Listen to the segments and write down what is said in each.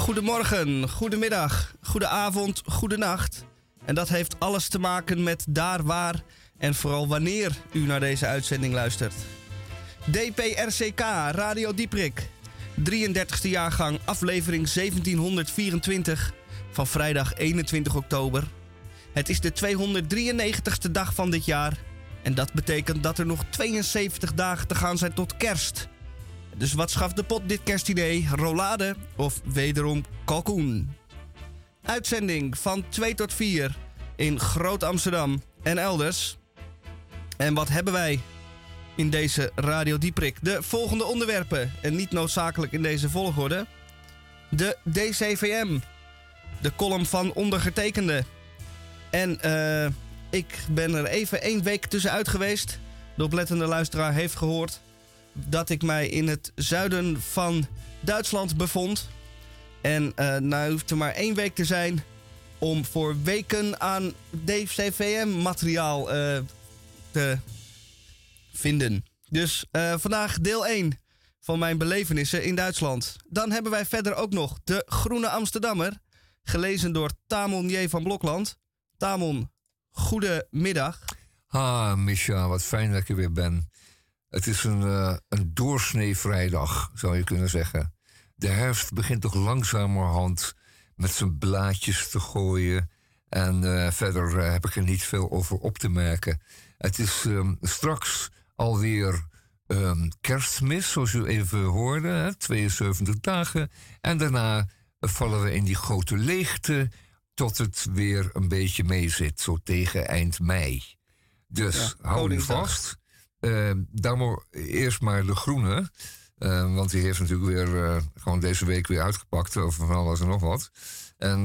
Goedemorgen, goedemiddag, goedenavond, goedenacht. En dat heeft alles te maken met daar, waar en vooral wanneer u naar deze uitzending luistert. DPRCK, Radio Dieprik, 33e jaargang, aflevering 1724 van vrijdag 21 oktober. Het is de 293ste dag van dit jaar en dat betekent dat er nog 72 dagen te gaan zijn tot kerst. Dus wat schaft de pot dit kerstdiner? Rollade of wederom kalkoen? Uitzending van 2 tot 4 in Groot Amsterdam en elders. En wat hebben wij in deze Radio Dieprik? De volgende onderwerpen, en niet noodzakelijk in deze volgorde. De DCVM, de column van ondergetekende. En ik ben er even 1 week tussenuit geweest. De oplettende luisteraar heeft gehoord dat ik mij in het zuiden van Duitsland bevond. En nou hoeft er maar 1 week te zijn om voor weken aan DCVM-materiaal te vinden. Dus vandaag deel 1 van mijn belevenissen in Duitsland. Dan hebben wij verder ook nog De Groene Amsterdammer, gelezen door Tamon J. van Blokland. Tamon, goedemiddag. Misha, wat fijn dat ik er weer ben. Het is een doorsnee vrijdag, zou je kunnen zeggen. De herfst begint toch langzamerhand met zijn blaadjes te gooien. En verder heb ik er niet veel over op te merken. Het is straks alweer kerstmis, zoals u even hoorde. Hè, 72 dagen. En daarna vallen we in die grote leegte tot het weer een beetje meezit. Zo tegen eind mei. Dus hou u vast. Dan maar eerst maar De Groene. Want die heeft natuurlijk weer gewoon deze week weer uitgepakt. Over van alles en nog wat. En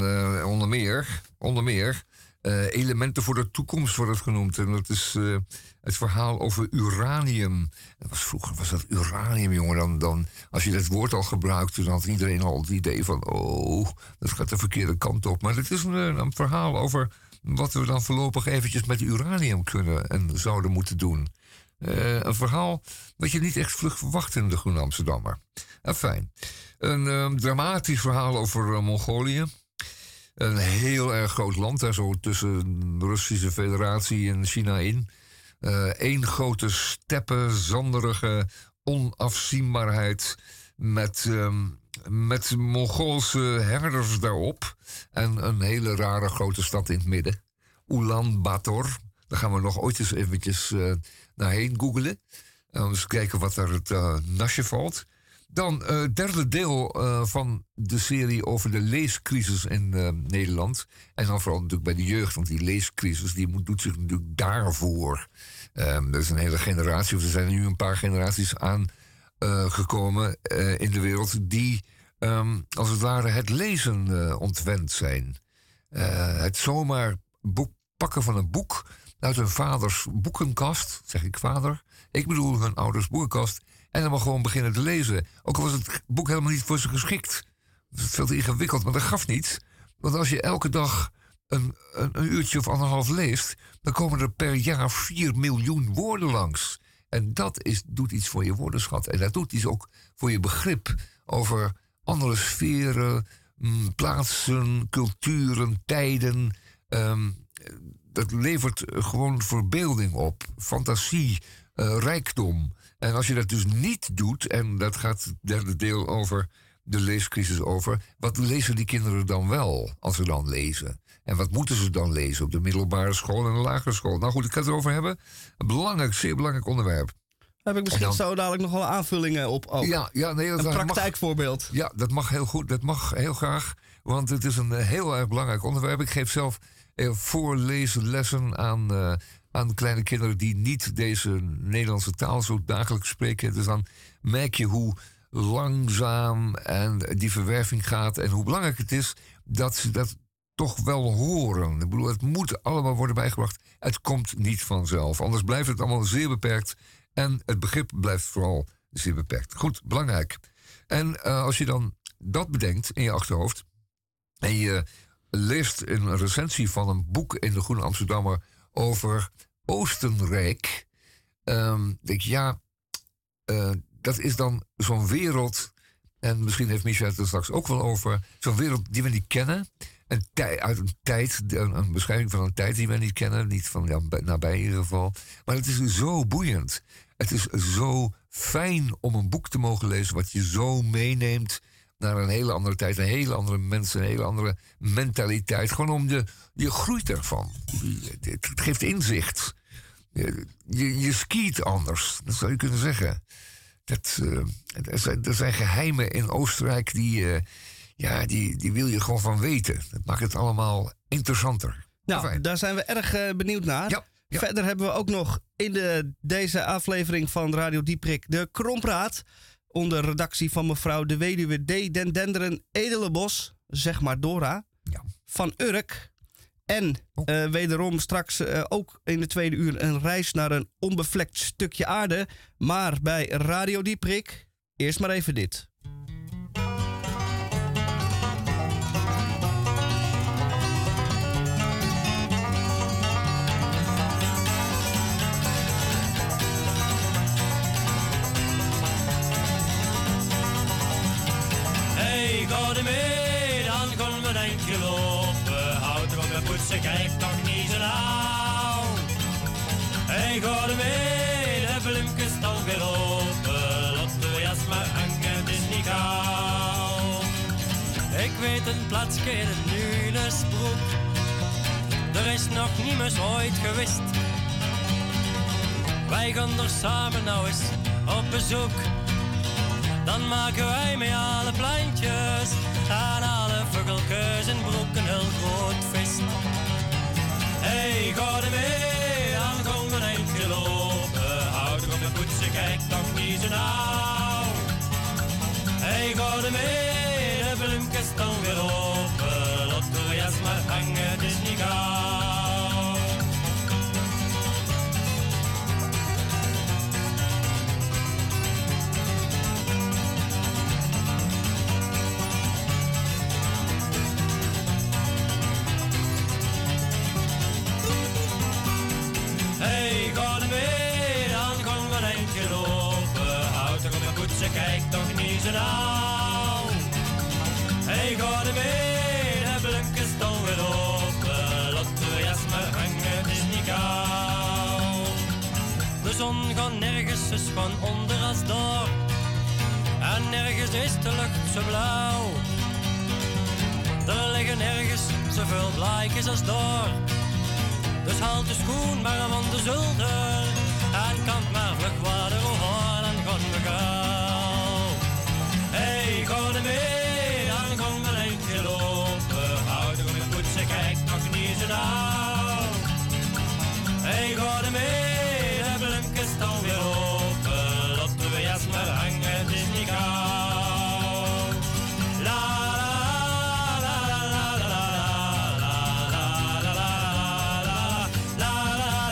onder meer elementen voor de toekomst wordt het genoemd. En dat is het verhaal over uranium. Vroeger was dat uranium, jongen. Dan, als je dat woord al gebruikte, dan had iedereen al het idee van, oh, dat gaat de verkeerde kant op. Maar het is een verhaal over wat we dan voorlopig eventjes met uranium kunnen en zouden moeten doen. Een verhaal wat je niet echt vlug verwacht in De Groene Amsterdammer. Fijn. Een dramatisch verhaal over Mongolië. Een heel erg groot land, daar zo tussen de Russische Federatie en China in. 1 grote steppe, zanderige onafzienbaarheid met Mongoolse herders daarop. En een hele rare grote stad in het midden. Ulaanbaatar. Daar gaan we nog ooit eens eventjes naar heen googelen. Eens kijken wat daar het nasje valt. Dan derde deel van de serie over de leescrisis in Nederland. En dan vooral natuurlijk bij de jeugd, want die leescrisis die doet zich natuurlijk daarvoor. Er is een hele generatie, of er zijn nu een paar generaties aangekomen in de wereld die als het ware het lezen ontwend zijn. Het zomaar pakken van een boek uit hun vaders boekenkast, zeg ik vader, ik bedoel hun ouders boekenkast, en dan maar gewoon beginnen te lezen. Ook al was het boek helemaal niet voor ze geschikt. Dat is veel te ingewikkeld, maar dat gaf niet. Want als je elke dag een uurtje of 1,5 leest, dan komen er per jaar 4 miljoen woorden langs. En dat doet iets voor je woordenschat. En dat doet iets ook voor je begrip over andere sferen, plaatsen, culturen, tijden. Dat levert gewoon verbeelding op, fantasie, rijkdom. En als je dat dus niet doet, en dat gaat het derde deel over de leescrisis over, wat lezen die kinderen dan wel als ze dan lezen? En wat moeten ze dan lezen op de middelbare school en de lagere school? Nou goed, ik ga het erover hebben. Een belangrijk, zeer belangrijk onderwerp. Daar heb ik misschien zo dadelijk nog wel aanvullingen op ook. Een praktijkvoorbeeld. Dat mag heel goed, dat mag heel graag. Want het is een heel erg belangrijk onderwerp. Ik geef zelf voorlezenlessen aan kleine kinderen die niet deze Nederlandse taal zo dagelijks spreken. Dus dan merk je hoe langzaam en die verwerving gaat en hoe belangrijk het is dat ze dat toch wel horen. Ik bedoel, het moet allemaal worden bijgebracht. Het komt niet vanzelf. Anders blijft het allemaal zeer beperkt. En het begrip blijft vooral zeer beperkt. Goed, belangrijk. En als je dan dat bedenkt in je achterhoofd en je leest een recensie van een boek in De Groene Amsterdammer over Oostenrijk, denk je, dat is dan zo'n wereld En misschien heeft Micha het er straks ook wel over. Zo'n wereld die we niet kennen. Uit een tijd, een beschrijving van een tijd die we niet kennen. Niet van nabij in ieder geval. Maar het is zo boeiend. Het is zo fijn om een boek te mogen lezen wat je zo meeneemt naar een hele andere tijd, een hele andere mensen, een hele andere mentaliteit. Gewoon je groeit ervan. Het geeft inzicht. Je skiet anders, dat zou je kunnen zeggen. Er zijn geheimen in Oostenrijk die wil je gewoon van weten. Dat maakt het allemaal interessanter. Nou, daar zijn we erg benieuwd naar. Ja. Verder hebben we ook nog in deze aflevering van Radio Dieprik de Krompraat. Onder redactie van mevrouw de weduwe D. Den Denderen Edelenbos, zeg maar Dora, van Urk. En wederom straks ook in de tweede uur een reis naar een onbevlekt stukje aarde. Maar bij Radio Dieprik, eerst maar even dit. Ga er mee, dan gaan we een eindje lopen. Houd er op de poetsen, kijk toch niet zo nauw. Hey, ga er mee, de bloemkes staan weer open. Laat de jas maar hangen, het is niet gauw. Ik weet een plaatsje in een Nunesbroek. Er is nog niemand ooit geweest. Wij gaan er samen nou eens op bezoek. Dan maken wij met alle plantjes en alle vogeltjes en broek een heel groot feest. Hey, ga er mee, dan gaan we een eindje lopen. Houd er op de poetsen, kijk toch niet zo nauw. Hey, ga er mee, de bloemkes staan weer open. Laat de jas maar hangen, het is niet gauw. Kijk toch niet zo nauw. Hey, ga er mee, de bloemkes staan weer open. Laat de jas maar hangen, het is niet gauw. De zon gaat nergens, ze gewoon onder als door. En nergens is de lucht zo blauw. Er liggen nergens zoveel blaadjes als door. Dus haal de schoen maar van de zolder. En kant maar vlug water over, dan gaan we gauw. Hey, ga er mee, dan gaan we een eindje lopen. Houd er op je poetsen, kijk nog niet zo nauw. Hey, ga er mee, de bloemkes staan weer open. Laat de jas maar hangen, het is niet gauw. La la la la la la la la la la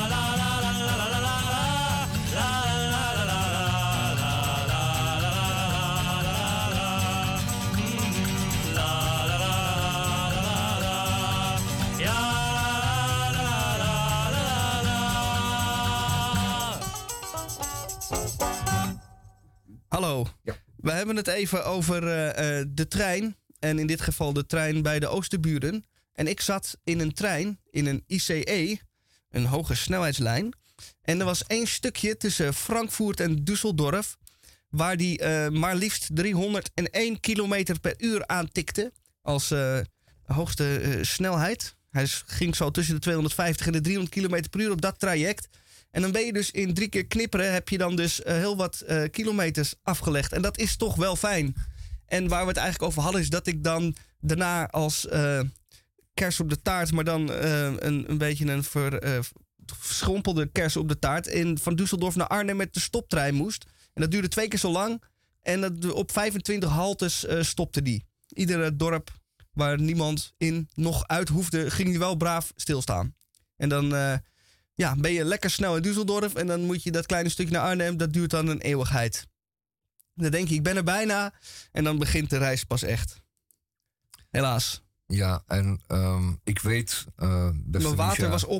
Hallo. Ja. We hebben het even over de trein. En in dit geval de trein bij de Oosterburen. En ik zat in een trein, in een ICE, een hoge snelheidslijn. En er was één stukje tussen Frankfurt en Düsseldorf, waar die maar liefst 301 kilometer per uur aantikte als hoogste snelheid. Hij ging zo tussen de 250 en de 300 kilometer per uur op dat traject. En dan ben je dus in 3 keer knipperen, heb je dan dus heel wat kilometers afgelegd. En dat is toch wel fijn. En waar we het eigenlijk over hadden is dat ik dan daarna als kers op de taart, maar dan een beetje een verschrompelde kers op de taart van Düsseldorf naar Arnhem met de stoptrein moest. En dat duurde 2 keer zo lang. En op 25 haltes stopte die. Iedere dorp waar niemand in nog uit hoefde, ging die wel braaf stilstaan. En dan ben je lekker snel in Düsseldorf en dan moet je dat kleine stukje naar Arnhem, dat duurt dan een eeuwigheid. Dan denk je, ik ben er bijna en dan begint de reis pas echt. Helaas. Ja, en ik weet... Mijn water was op.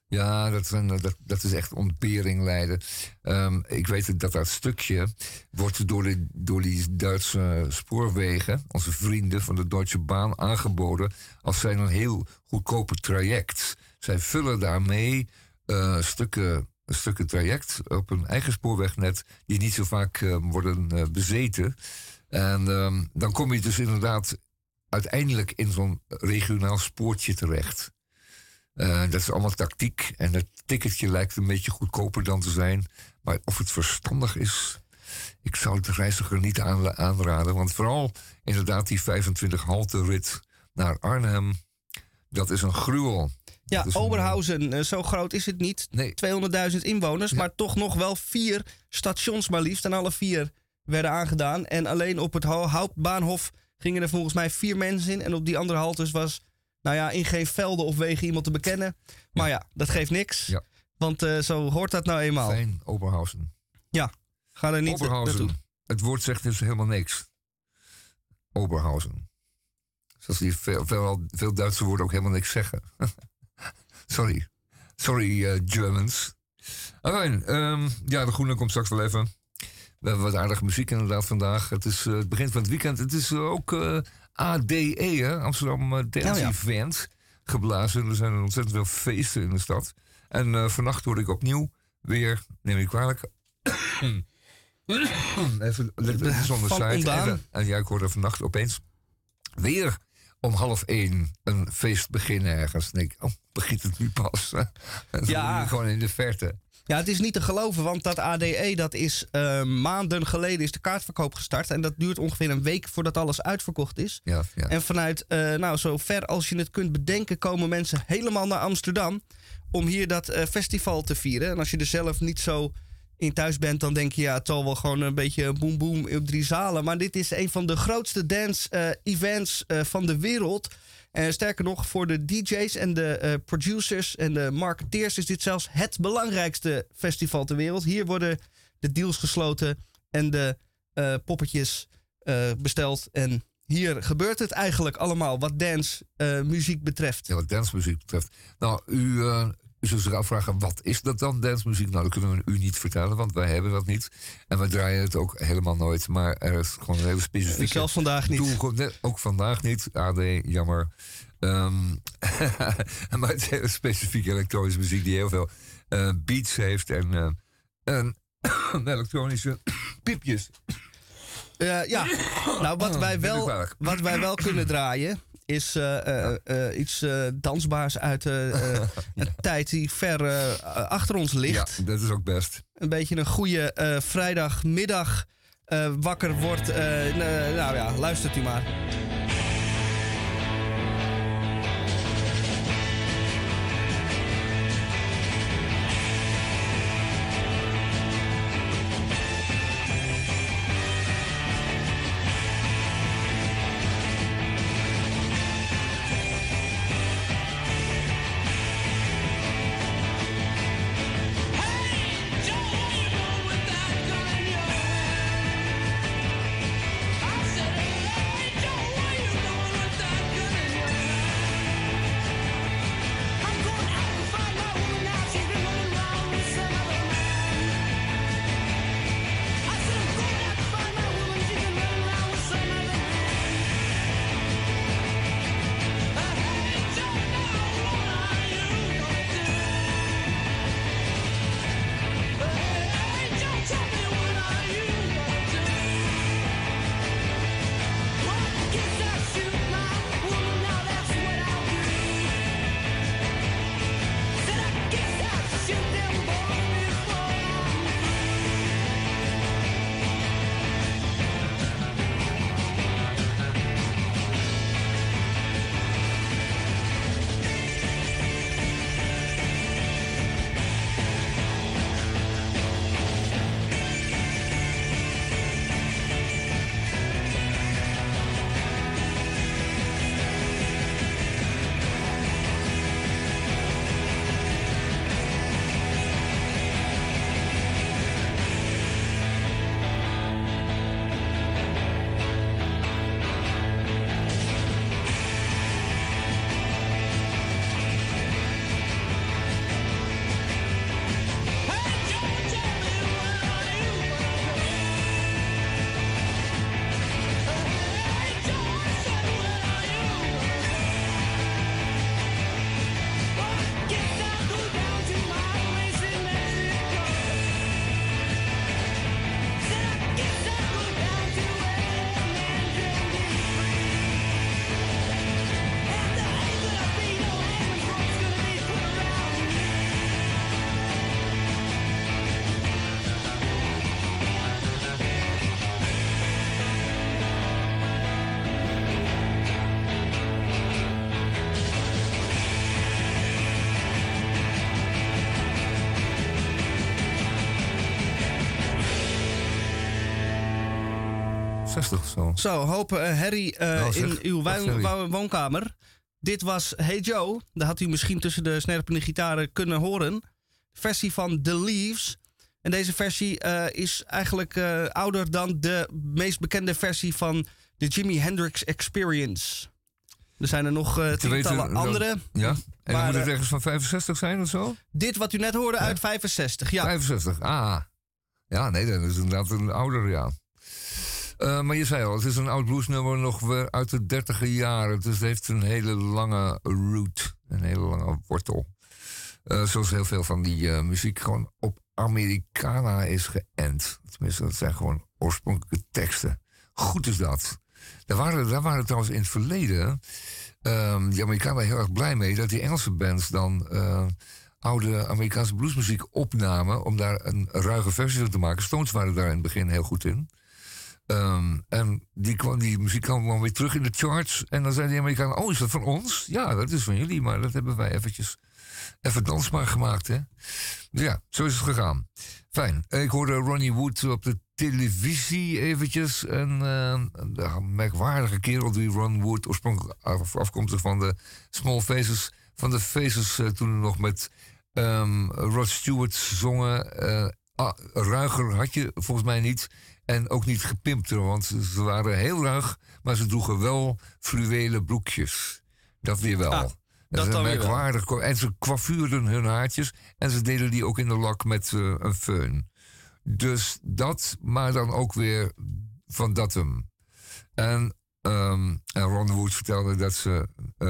Ja, dat is echt ontbering lijden. Ik weet dat stukje wordt door die Duitse spoorwegen, onze vrienden van de Deutsche Bahn, aangeboden als zijn een heel goedkope traject. Zij vullen daarmee stukken traject op een eigen spoorwegnet die niet zo vaak worden bezeten. En dan kom je dus inderdaad uiteindelijk in zo'n regionaal spoortje terecht. Dat is allemaal tactiek. En het ticketje lijkt een beetje goedkoper dan te zijn. Maar of het verstandig is, ik zou het de reiziger niet aanraden. Want vooral inderdaad die 25 halte rit naar Arnhem, dat is een gruwel. Ja, Oberhausen, zo groot is het niet. Nee. 200.000 inwoners, maar toch nog wel 4 stations maar liefst. En alle 4 werden aangedaan. En alleen op het Hauptbahnhof gingen er volgens mij 4 mensen in. En op die andere haltes was, in geen velden of wegen iemand te bekennen. Maar ja, dat geeft niks. Ja. Want zo hoort dat nou eenmaal. Fijn, Oberhausen. Ja, ga er niet naartoe. Het woord zegt dus helemaal niks. Oberhausen. Zoals die veel Duitse woorden ook helemaal niks zeggen. Sorry, Germans. Alleen, de Groene komt straks wel even. We hebben wat aardige muziek inderdaad vandaag. Het is het begin van het weekend. Het is ook ADE, hè? Amsterdam Dance Event, geblazen. Er zijn ontzettend veel feesten in de stad. En vannacht hoorde ik opnieuw weer, neem ik kwalijk. Even zonder site. En ik hoorde vannacht opeens weer om 12:30 een feest beginnen ergens. Dan denk ik, begint het nu pas? Ja. Gewoon in de verte. Ja, het is niet te geloven, want dat ADE, dat is maanden geleden is de kaartverkoop gestart. En dat duurt ongeveer een week voordat alles uitverkocht is. Ja. En vanuit, zo ver als je het kunt bedenken, komen mensen helemaal naar Amsterdam om hier dat festival te vieren. En als je er zelf niet zo in thuis bent, dan denk je, het zal wel gewoon een beetje boem boem op 3 zalen. Maar dit is een van de grootste dance-events van de wereld. Sterker nog, voor de DJ's en de producers en de marketeers is dit zelfs het belangrijkste festival ter wereld. Hier worden de deals gesloten en de poppetjes besteld. En hier gebeurt het eigenlijk allemaal wat dance muziek betreft. Ja, wat dance muziek betreft. Nou, u zult zich afvragen, wat is dat dan, dancemuziek? Nou, dat kunnen we u niet vertellen, want wij hebben dat niet. En we draaien het ook helemaal nooit. Maar er is gewoon een hele specifieke... Zelfs vandaag niet. Ook vandaag niet. AD, jammer. Maar het is hele specifieke elektronische muziek die heel veel beats heeft en elektronische piepjes. Nou, wat wij wel kunnen draaien is iets dansbaars uit een tijd die ver achter ons ligt. Ja, dat is ook best. Een beetje een goede vrijdagmiddag wakker wordt. Luistert u maar. Joe, 60 of zo. Zo, hopen herrie zeg, in uw wat herrie? woonkamer. Dit was Hey Joe. Dat had u misschien tussen de snerpende gitaren kunnen horen. Versie van The Leaves. En deze versie is eigenlijk ouder dan de meest bekende versie van de Jimi Hendrix Experience. Er zijn er nog tientallen andere. Ja, en dan Maar, moet het ergens van 65 zijn of zo? Dit wat u net hoorde uit 65, ja. 65, Ja, nee, dat is inderdaad een ouder, ja. Maar je zei al, het is een oud bluesnummer nog weer uit de 30e jaren. Dus het heeft een hele lange root, een hele lange wortel. Zoals heel veel van die muziek gewoon op Americana is geënt. Tenminste, dat zijn gewoon oorspronkelijke teksten. Goed is dat. Daar waren trouwens in het verleden die Amerikanen heel erg blij mee dat die Engelse bands dan oude Amerikaanse bluesmuziek opnamen om daar een ruige versie van te maken. Stones waren daar in het begin heel goed in. En die muziek kwam gewoon weer terug in de charts. En dan zeiden die Amerikanen, oh, is dat van ons? Ja, dat is van jullie, maar dat hebben wij even dansbaar gemaakt, hè? Dus ja, zo is het gegaan. Fijn. Ik hoorde Ronnie Wood op de televisie eventjes. Een merkwaardige kerel, die Ron Wood, oorspronkelijk afkomstig van de Small Faces. Van de Faces toen nog met Rod Stewart zongen. Ruiger had je volgens mij niet. En ook niet gepimpter, want ze waren heel ruig, maar ze droegen wel fluwelen broekjes. Dat weer wel. Dat is een merkwaardig. En ze coiffuurden hun haartjes en ze deden die ook in de lak met een föhn. Dus dat, maar dan ook weer van datum. En Ron Wood vertelde dat ze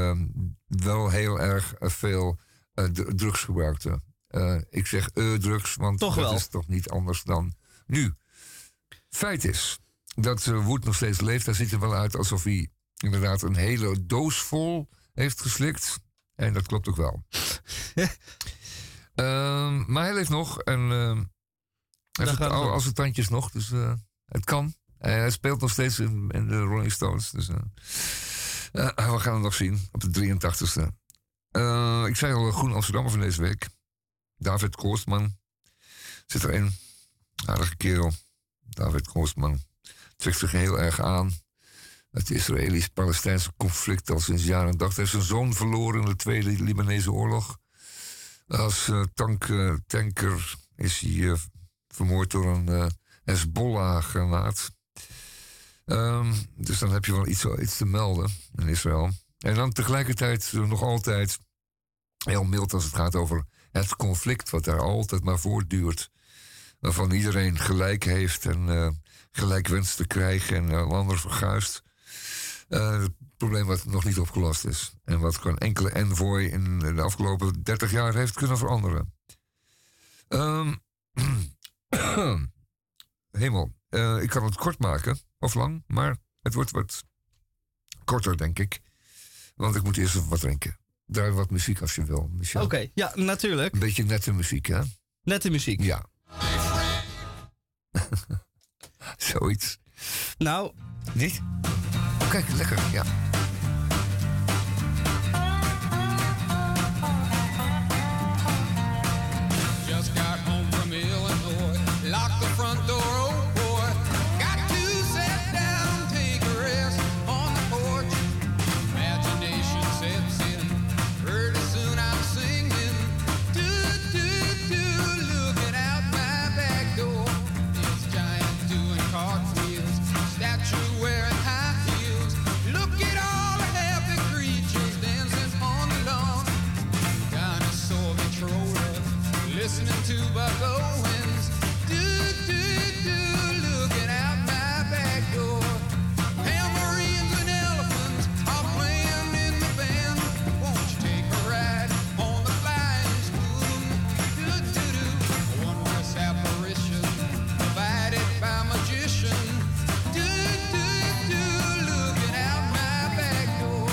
wel heel erg veel drugs gebruikten. Ik zeg drugs, want toch dat wel. is toch niet anders dan nu. Feit is dat Wood nog steeds leeft. Hij ziet er wel uit alsof hij inderdaad een hele doos vol heeft geslikt. En dat klopt ook wel. Maar hij leeft nog. En hij heeft al zijn tandjes nog. Dus het kan. Hij speelt nog steeds in de Rolling Stones. Dus we gaan hem nog zien. Op de 83ste. Ik zei al, Groen Amsterdammer van deze week. David Koostman zit erin. Aardige kerel. David Koostman trekt zich heel erg aan. Het Israëlisch-Palestijnse conflict al sinds jaren en dag. Hij heeft zijn zoon verloren in de Tweede Libanese oorlog. Als tanker is hij vermoord door een Hezbollah-granaat. Dus dan heb je wel iets te melden in Israël. En dan tegelijkertijd nog altijd heel mild als het gaat over het conflict wat daar altijd maar voortduurt. Waarvan iedereen gelijk heeft en gelijk wenst te krijgen en een ander verguist. Het probleem wat nog niet opgelost is. En wat gewoon enkele envoy in de afgelopen 30 jaar heeft kunnen veranderen. Hemel, ik kan het kort maken, of lang, maar het wordt wat korter, denk ik. Want ik moet eerst even wat drinken. Draai wat muziek als je wil, Michel. Oké, ja, natuurlijk. Een beetje nette muziek, hè? Nette muziek. Ja. Zoiets. Nou. Niet? Kijk, lekker, ja. Just got home from Illinois. Locked the front door, oh boy. Got to sit down, take a rest on the porch. Imagination sets in. Pretty soon I'm singing. Do, do, do, looking out my back door. This giant doing cartwheels. Statue wearing high heels. Look at all the happy creatures dancing on the lawn. Dinosaur controller, listening to Buck Owens. Do, do, do, looking out my back door. Tambourines and elephants are playing in the band. Won't you take a ride on the flying spoon? Do, do, do, a wondrous apparition provided by magician. Do, do, do, looking out my back door.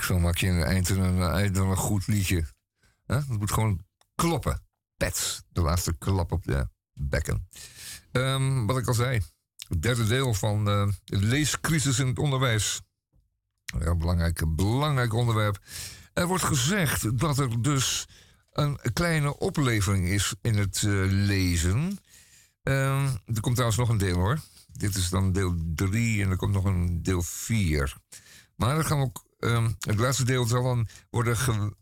Zo maak je een eind en een eind dan een goed liedje. Het moet gewoon kloppen. Pets, de laatste klap op de bekken. Wat ik al zei, het derde deel van de leescrisis in het onderwijs. Ja, belangrijk onderwerp. Er wordt gezegd dat er dus een kleine oplevering is in het lezen. Er komt trouwens nog een deel hoor. Dit is dan deel 3 en er komt nog een deel 4. Maar dan gaan we ook... het laatste deel zal dan worden...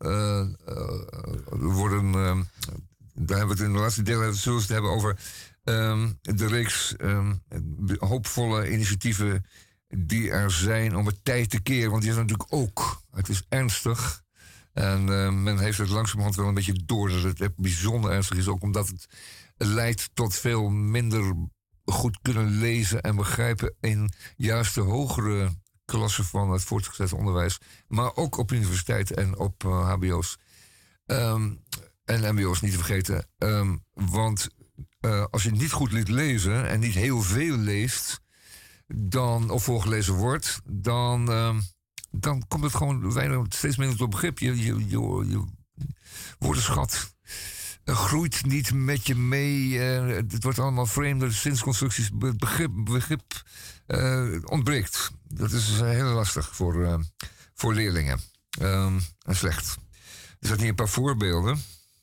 daar hebben we het in het laatste deel zullen we het hebben over... de reeks hoopvolle initiatieven die er zijn om het tijd te keren. Want die is natuurlijk ook. Het is ernstig. En men heeft het langzamerhand wel een beetje door dat het bijzonder ernstig is. Ook omdat het leidt tot veel minder goed kunnen lezen en begrijpen in juist de hogere klassen van het voortgezet onderwijs. Maar ook op universiteiten en op hbo's. En mbo's niet te vergeten. Want als je niet goed leert lezen en niet heel veel leest, dan, of voorgelezen wordt, dan komt het gewoon steeds minder tot begrip. Je woordenschat groeit niet met je mee. Het wordt allemaal vreemde zinsconstructies. Begrip ontbreekt. Dat is heel lastig voor leerlingen. En slecht. Er zijn hier een paar voorbeelden.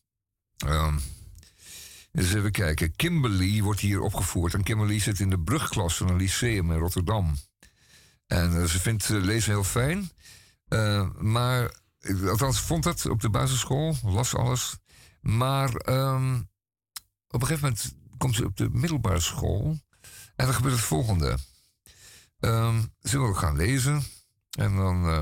Dus even kijken. Kimberly wordt hier opgevoerd. En Kimberly zit in de brugklas van een lyceum in Rotterdam. En ze vindt lezen heel fijn. Maar, althans vond dat op de basisschool. Las alles. Maar op een gegeven moment komt ze op de middelbare school. En dan gebeurt het volgende. Ze wil gaan lezen. En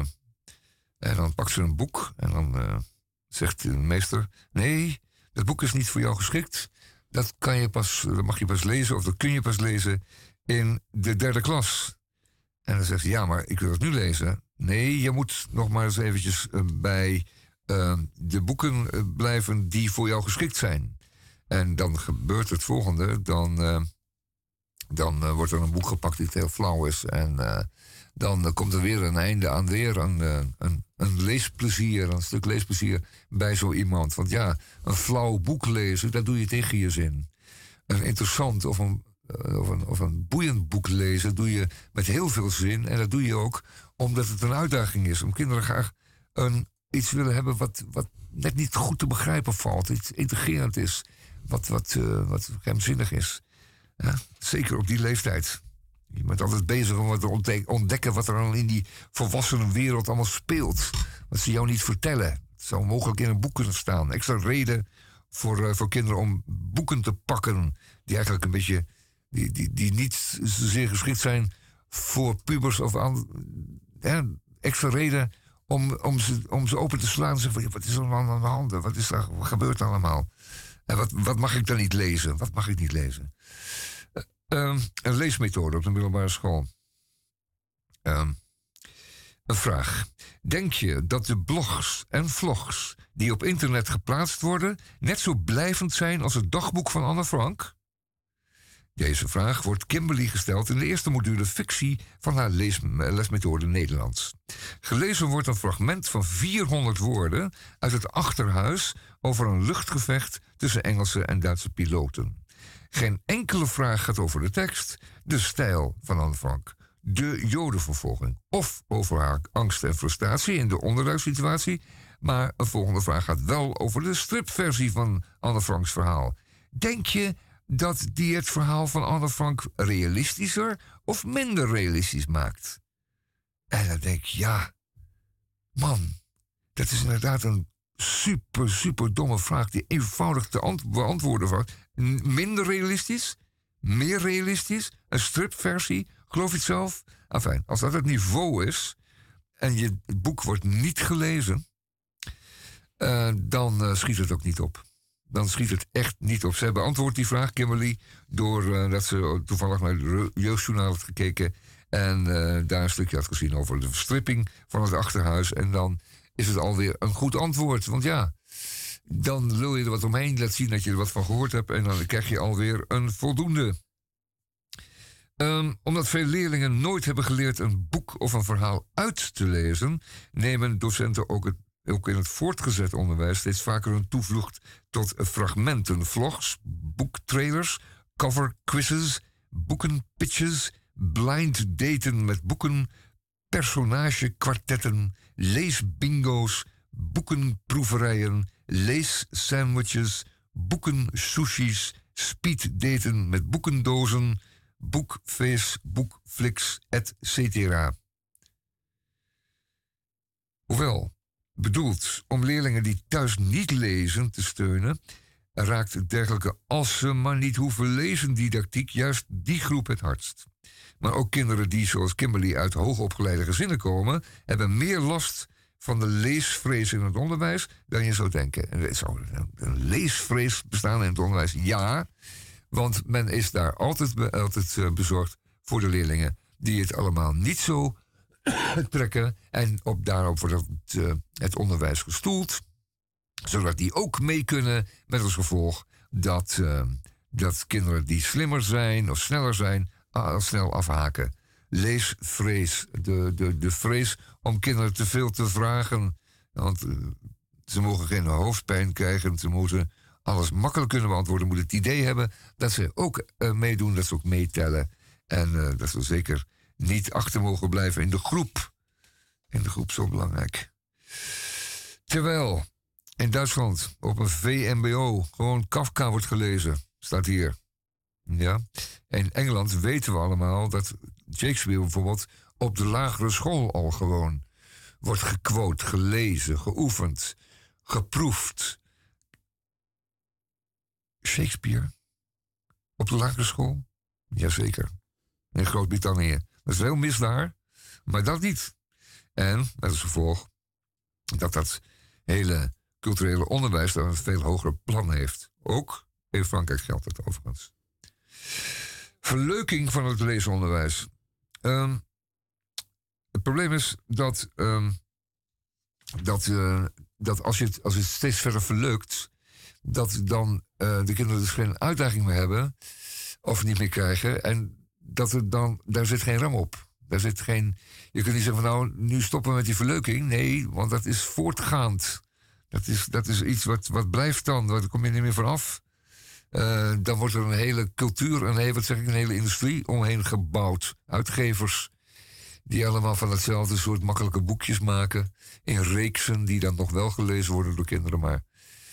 dan pakt ze een boek. En dan zegt de meester... Nee, dat boek is niet voor jou geschikt. Dat mag je pas lezen, of dat kun je pas lezen in de 3e klas. En dan zegt ze, ja, maar ik wil het nu lezen. Nee, je moet nog maar eens eventjes bij de boeken blijven die voor jou geschikt zijn. En dan gebeurt het volgende. Dan wordt er een boek gepakt die heel flauw is. En dan komt er weer een einde aan weer een leesplezier, een stuk leesplezier bij zo iemand. Want ja, een flauw boek lezen, dat doe je tegen je zin. Een interessant of een boeiend boek lezen doe je met heel veel zin. En dat doe je ook omdat het een uitdaging is. Om kinderen graag iets willen hebben wat net niet goed te begrijpen valt. Iets integrerend is. Wat geheimzinnig is. Ja, zeker op die leeftijd. Je bent altijd bezig om te ontdekken wat er dan in die volwassenen wereld allemaal speelt. Wat ze jou niet vertellen. Het zou mogelijk in een boek kunnen staan. Extra reden voor kinderen om boeken te pakken die eigenlijk een beetje die niet zeer geschikt zijn voor pubers of extra reden om ze open te slaan en zeggen van, wat is er aan de hand? Wat gebeurt er allemaal? En wat mag ik dan niet lezen? Wat mag ik niet lezen? Een leesmethode op de middelbare school. Een vraag. Denk je dat de blogs en vlogs die op internet geplaatst worden net zo blijvend zijn als het dagboek van Anne Frank? Deze vraag wordt Kimberly gesteld in de eerste module fictie van haar lesmethode Nederlands. Gelezen wordt een fragment van 400 woorden uit het achterhuis over een luchtgevecht tussen Engelse en Duitse piloten. Geen enkele vraag gaat over de tekst, de stijl van Anne Frank, de jodenvervolging of over haar angst en frustratie in de onderduikssituatie, maar een volgende vraag gaat wel over de stripversie van Anne Franks verhaal. Denk je dat die het verhaal van Anne Frank realistischer of minder realistisch maakt? En dan denk ik, ja, man, dat is inderdaad een super domme vraag die eenvoudig te beantwoorden wordt. Minder realistisch? Meer realistisch? Een stripversie? Geloof je het zelf? Enfin, als dat het niveau is en het boek wordt niet gelezen, dan schiet het ook niet op. Dan schiet het echt niet op. Zij beantwoordt die vraag, Kimberly, doordat ze toevallig naar het Jeugdjournaal had gekeken en daar een stukje had gezien over de verstripping van het achterhuis. En dan is het alweer een goed antwoord. Want ja, dan lul je er wat omheen, laat zien dat je er wat van gehoord hebt en dan krijg je alweer een voldoende. Omdat veel leerlingen nooit hebben geleerd een boek of een verhaal uit te lezen, nemen docenten ook in het voortgezet onderwijs steeds vaker hun toevlucht tot fragmenten, vlogs, boektrailers, coverquizzes, boekenpitches, blind daten met boeken, personagekwartetten, leesbingo's, boekenproeverijen, leessandwiches, boekensushis, speeddaten met boekendozen, boekfeest, boekflix, etc. Hoewel bedoeld om leerlingen die thuis niet lezen te steunen, raakt dergelijke als ze maar niet hoeven lezen didactiek juist die groep het hardst. Maar ook kinderen die, zoals Kimberly, uit hoogopgeleide gezinnen komen, hebben meer last van de leesvrees in het onderwijs dan je zou denken. En zou een leesvrees bestaan in het onderwijs? Ja, want men is daar altijd bezorgd voor de leerlingen die het allemaal niet zo trekken. En daarop wordt het onderwijs gestoeld, zodat die ook mee kunnen, met als gevolg dat kinderen die slimmer zijn of sneller zijn, al snel afhaken. Leesvrees, de vrees om kinderen te veel te vragen. Want ze mogen geen hoofdpijn krijgen, ze moeten alles makkelijk kunnen beantwoorden, moeten het idee hebben dat ze ook meedoen, dat ze ook meetellen. En dat ze zeker niet achter mogen blijven in de groep. In de groep zo belangrijk. Terwijl in Duitsland op een VMBO gewoon Kafka wordt gelezen, staat hier. Ja. In Engeland weten we allemaal dat Shakespeare bijvoorbeeld op de lagere school al gewoon wordt gequote, gelezen, geoefend, geproefd. Shakespeare op de lagere school? Jazeker. In Groot-Brittannië. Dat is heel mis daar, maar dat niet. En met als gevolg dat hele culturele onderwijs daar een veel hoger plan heeft. Ook in Frankrijk geldt dat overigens. Verleuking van het leesonderwijs. Het probleem is dat als je het steeds verder verleukt, dat dan de kinderen dus geen uitdaging meer hebben of niet meer krijgen. En dat er dan, daar zit geen rem op. Daar zit geen, je kunt niet zeggen van nou, nu stoppen we met die verleuking. Nee, want dat is voortgaand. Dat is iets wat blijft dan. Daar kom je niet meer vanaf. Dan wordt er een hele cultuur, een hele industrie omheen gebouwd. Uitgevers die allemaal van hetzelfde soort makkelijke boekjes maken. In reeksen die dan nog wel gelezen worden door kinderen. Maar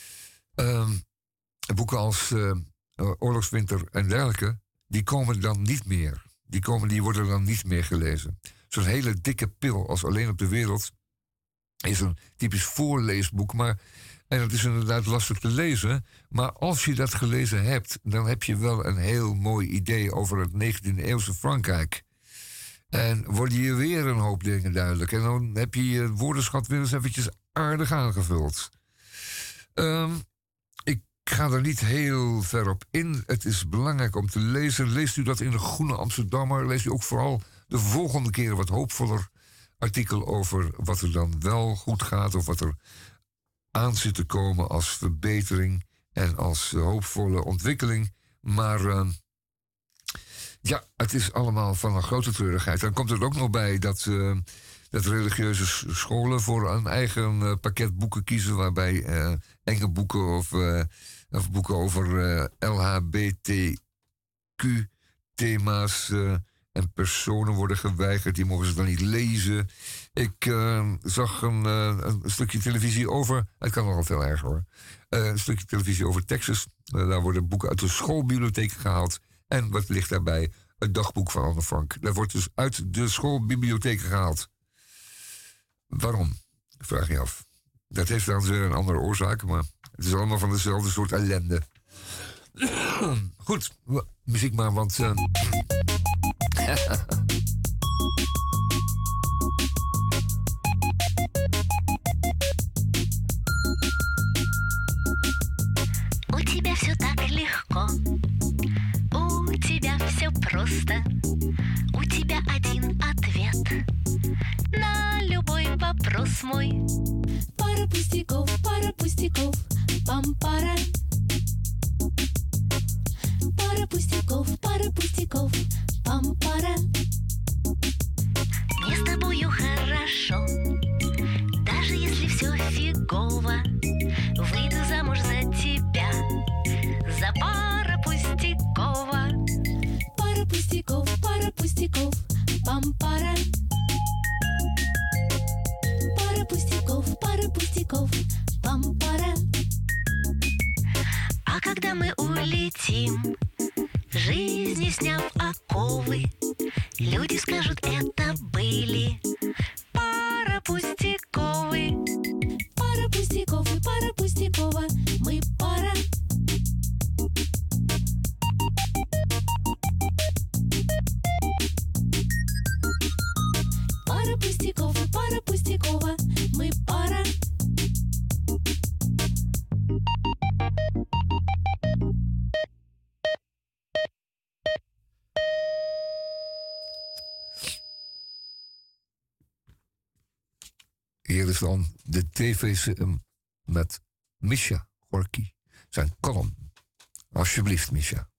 boeken als Oorlogswinter en dergelijke, die komen dan niet meer. Die worden dan niet meer gelezen. Zo'n hele dikke pil als Alleen op de Wereld is een typisch voorleesboek. En het is inderdaad lastig te lezen. Maar als je dat gelezen hebt, dan heb je wel een heel mooi idee over het 19e-eeuwse Frankrijk. En worden je weer een hoop dingen duidelijk. En dan heb je je woordenschat weer eens eventjes aardig aangevuld. Ik ga er niet heel ver op in. Het is belangrijk om te lezen. Leest u dat in de Groene Amsterdammer? Leest u ook vooral de volgende keer wat hoopvoller artikel over wat er dan wel goed gaat of wat er aan zit te komen als verbetering en als hoopvolle ontwikkeling. Maar ja, het is allemaal van een grote treurigheid. Dan komt er ook nog bij dat religieuze scholen voor een eigen pakket boeken kiezen, waarbij enge boeken of boeken over LHBTQ-thema's en personen worden geweigerd. Die mogen ze dan niet lezen. Ik zag een stukje televisie over. Het kan nogal veel erger hoor. Een stukje televisie over Texas. Daar worden boeken uit de schoolbibliotheek gehaald. En wat ligt daarbij? Het dagboek van Anne Frank. Dat wordt dus uit de schoolbibliotheek gehaald. Waarom? Vraag je af. Dat heeft dan weer een andere oorzaak, maar het is allemaal van dezelfde soort ellende. Goed, muziek maar, want У тебя все так легко, у тебя все просто, у тебя один ответ на любой вопрос мой. Пара пустяков, пам-пара. Пара пустяков, пам-пара. Мне с тобою хорошо, даже если все фигово. Выйду замуж за тебя, за пара пустякова. Пара пустяков, пам-пара. Пара пустяков, пам-пара. А когда мы улетим, жизни сняв оковы, люди скажут, это были пара пустяковы. Пара пустяков и пара пустякова, мы пара. Пара пустяков и пара пустякова, мы пара. Hier is dan de TV-CM met Misha Gorky. Zijn column. Alsjeblieft, Misha.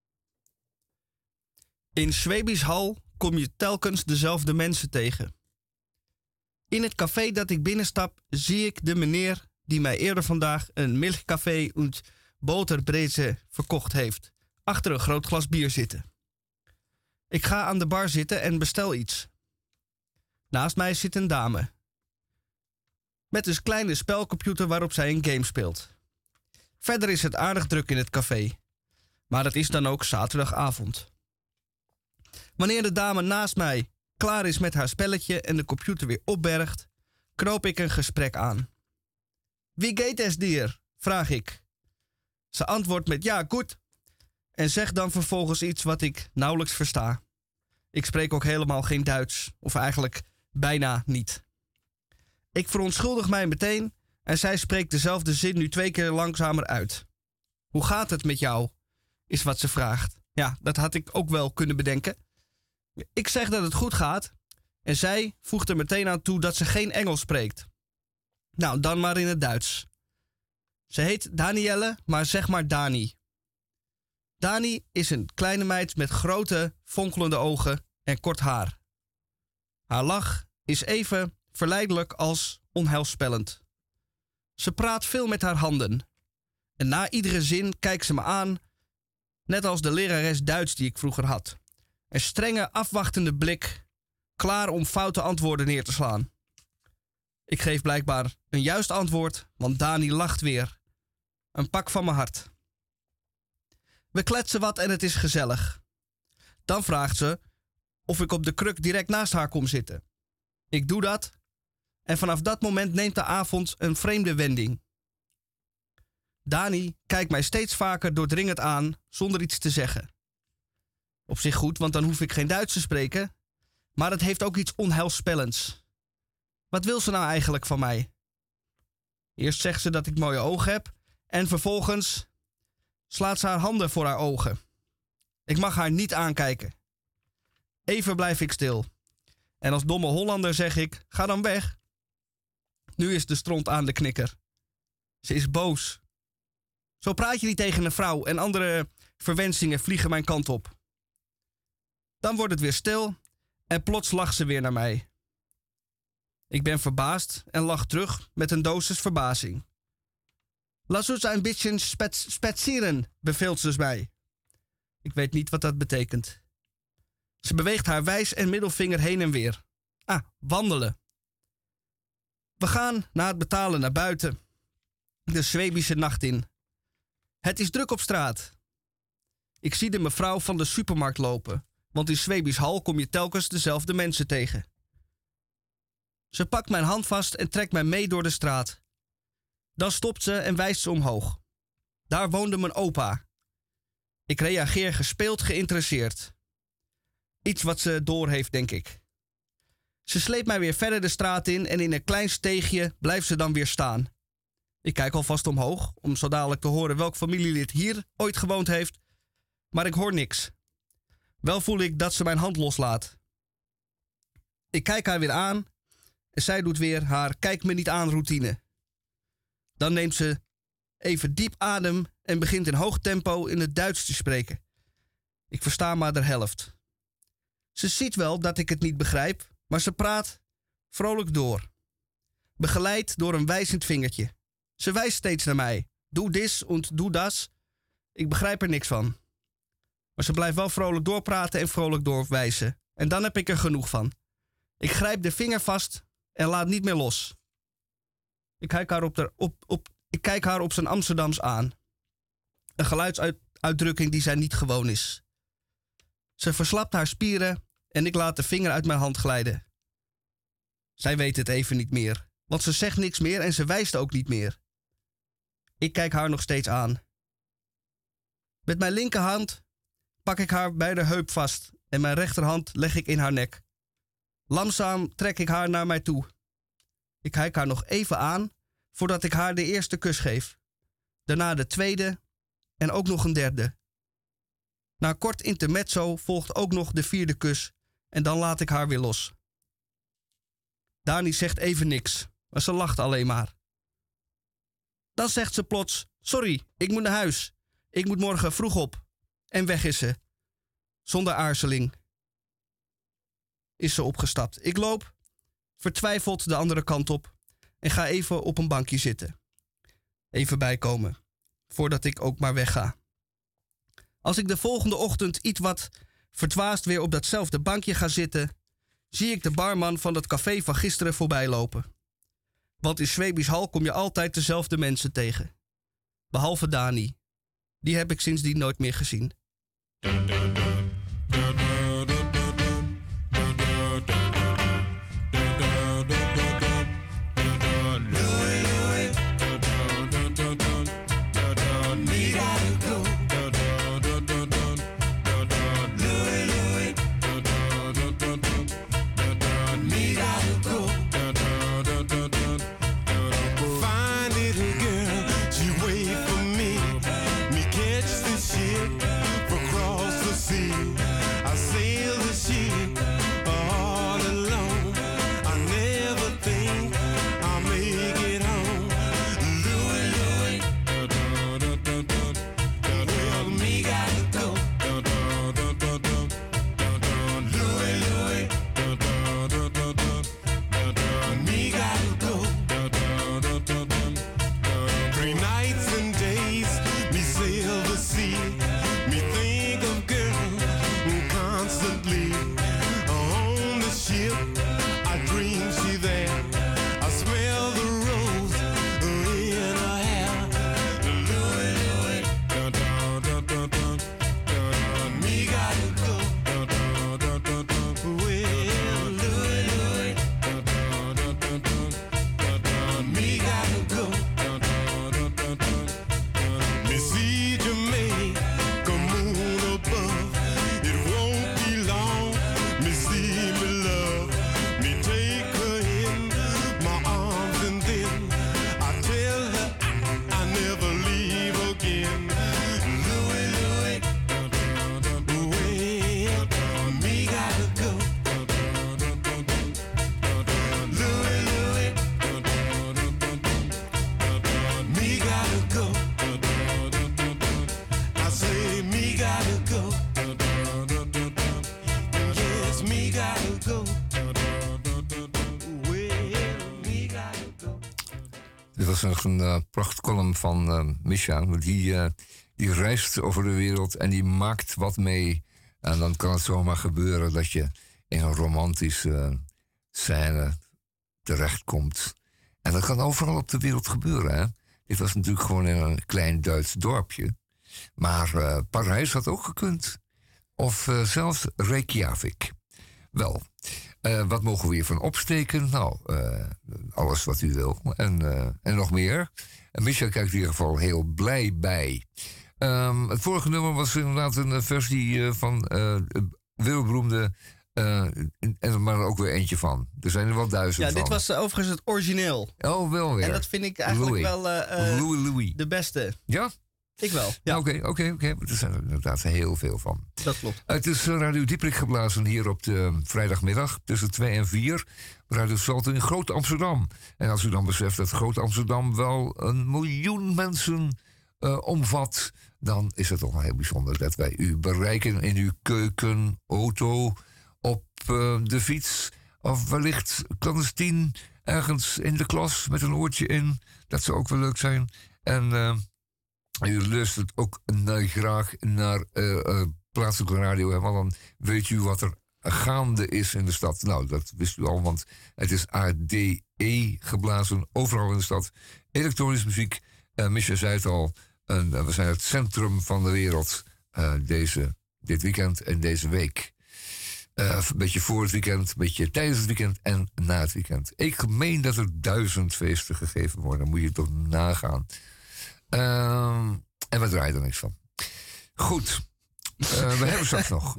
In Schwäbisch Hall kom je telkens dezelfde mensen tegen. In het café dat ik binnenstap zie ik de meneer die mij eerder vandaag een milchcafé en boterbreze verkocht heeft, achter een groot glas bier zitten. Ik ga aan de bar zitten en bestel iets. Naast mij zit een dame. Met een kleine spelcomputer waarop zij een game speelt. Verder is het aardig druk in het café. Maar het is dan ook zaterdagavond. Wanneer de dame naast mij klaar is met haar spelletje en de computer weer opbergt, knoop ik een gesprek aan. Wie geht es dir? Vraag ik. Ze antwoordt met ja, goed. En zegt dan vervolgens iets wat ik nauwelijks versta. Ik spreek ook helemaal geen Duits, of eigenlijk bijna niet. Ik verontschuldig mij meteen en zij spreekt dezelfde zin nu 2 keer langzamer uit. Hoe gaat het met jou? Is wat ze vraagt. Ja, dat had ik ook wel kunnen bedenken. Ik zeg dat het goed gaat en zij voegt er meteen aan toe dat ze geen Engels spreekt. Nou, dan maar in het Duits. Ze heet Danielle, maar zeg maar Dani. Dani is een kleine meid met grote, fonkelende ogen en kort haar. Haar lach is even verleidelijk als onheilspellend. Ze praat veel met haar handen. En na iedere zin kijkt ze me aan, net als de lerares Duits die ik vroeger had. Een strenge, afwachtende blik, klaar om foute antwoorden neer te slaan. Ik geef blijkbaar een juist antwoord, want Dani lacht weer. Een pak van mijn hart. We kletsen wat en het is gezellig. Dan vraagt ze of ik op de kruk direct naast haar kom zitten. Ik doe dat en vanaf dat moment neemt de avond een vreemde wending. Dani kijkt mij steeds vaker doordringend aan zonder iets te zeggen. Op zich goed, want dan hoef ik geen Duits te spreken, maar het heeft ook iets onheilspellends. Wat wil ze nou eigenlijk van mij? Eerst zegt ze dat ik mooie ogen heb en vervolgens slaat ze haar handen voor haar ogen. Ik mag haar niet aankijken. Even blijf ik stil. En als domme Hollander zeg ik, ga dan weg. Nu is de stront aan de knikker. Ze is boos. Zo praat je niet tegen een vrouw en andere verwensingen vliegen mijn kant op. Dan wordt het weer stil en plots lacht ze weer naar mij. Ik ben verbaasd en lach terug met een dosis verbazing. Lass uns ein bisschen spazieren, beveelt ze mij. Ik weet niet wat dat betekent. Ze beweegt haar wijs en middelvinger heen en weer. Ah, wandelen. We gaan na het betalen naar buiten. De Schwäbische nacht in. Het is druk op straat. Ik zie de mevrouw van de supermarkt lopen, want in Schwäbisch Hall kom je telkens dezelfde mensen tegen. Ze pakt mijn hand vast en trekt mij mee door de straat. Dan stopt ze en wijst ze omhoog. Daar woonde mijn opa. Ik reageer gespeeld geïnteresseerd. Iets wat ze door heeft, denk ik. Ze sleept mij weer verder de straat in en in een klein steegje blijft ze dan weer staan. Ik kijk alvast omhoog, om zo dadelijk te horen welk familielid hier ooit gewoond heeft. Maar ik hoor niks. Wel voel ik dat ze mijn hand loslaat. Ik kijk haar weer aan en zij doet weer haar kijk me niet aan routine. Dan neemt ze even diep adem en begint in hoog tempo in het Duits te spreken. Ik versta maar de helft. Ze ziet wel dat ik het niet begrijp, maar ze praat vrolijk door. Begeleid door een wijzend vingertje. Ze wijst steeds naar mij. Doe dis en doe das. Ik begrijp er niks van. Maar ze blijft wel vrolijk doorpraten en vrolijk doorwijzen. En dan heb ik er genoeg van. Ik grijp de vinger vast en laat niet meer los. Ik kijk haar op zijn Amsterdams aan. Een geluidsuitdrukking die zij niet gewoon is. Ze verslapt haar spieren en ik laat de vinger uit mijn hand glijden. Zij weet het even niet meer, want ze zegt niks meer en ze wijst ook niet meer. Ik kijk haar nog steeds aan. Met mijn linkerhand pak ik haar bij de heup vast en mijn rechterhand leg ik in haar nek. Langzaam trek ik haar naar mij toe. Ik kijk haar nog even aan voordat ik haar de eerste kus geef. Daarna de tweede en ook nog een derde. Na een kort intermezzo volgt ook nog de vierde kus en dan laat ik haar weer los. Dani zegt even niks, maar ze lacht alleen maar. Dan zegt ze plots, sorry, ik moet naar huis. Ik moet morgen vroeg op. En weg is ze. Zonder aarzeling is ze opgestapt. Ik loop vertwijfeld de andere kant op en ga even op een bankje zitten. Even bijkomen, voordat ik ook maar wegga. Als ik de volgende ochtend iets wat verdwaasd weer op datzelfde bankje ga zitten, zie ik de barman van het café van gisteren voorbij lopen. Want in Schwäbisch Hal kom je altijd dezelfde mensen tegen. Behalve Dani. Die heb ik sindsdien nooit meer gezien. Dit was nog een prachtcolumn van Misha. Die reist over de wereld en die maakt wat mee. En dan kan het zomaar gebeuren dat je in een romantische scène terechtkomt. En dat kan overal op de wereld gebeuren. Hè? Dit was natuurlijk gewoon in een klein Duits dorpje. Maar Parijs had ook gekund. Of zelfs Reykjavik. Wel, wat mogen we hiervan opsteken? Nou, alles wat u wil. En nog meer. En Misha kijkt in ieder geval heel blij bij. Het vorige nummer was inderdaad een versie van wereldberoemde... maar ook weer eentje van. Er zijn er wel 1000 van. Ja, dit was overigens het origineel. Oh, wel weer. En dat vind ik eigenlijk Louis. de beste. Ja? Ik wel. Ja. Oké. Er zijn er inderdaad heel veel van. Dat klopt. Het is Radio Dieprik geblazen hier op de vrijdagmiddag tussen 2 en 4. Radio Salto in Groot Amsterdam. En als u dan beseft dat Groot Amsterdam wel 1 miljoen mensen omvat, dan is het toch wel heel bijzonder dat wij u bereiken in uw keuken, auto op de fiets of wellicht clandestien ergens in de klas met een oortje in. Dat zou ook wel leuk zijn. En u luistert ook graag naar plaatselijke radio, hè, want dan weet u wat er gaande is in de stad. Nou, dat wist u al, want het is ADE geblazen overal in de stad. Elektronische muziek, Misha zei het al, we zijn het centrum van de wereld dit weekend en deze week. Een beetje voor het weekend, een beetje tijdens het weekend en na het weekend. Ik meen dat er 1000 feesten gegeven worden, moet je toch nagaan. En we draaien er niks van. Goed, we hebben straks nog.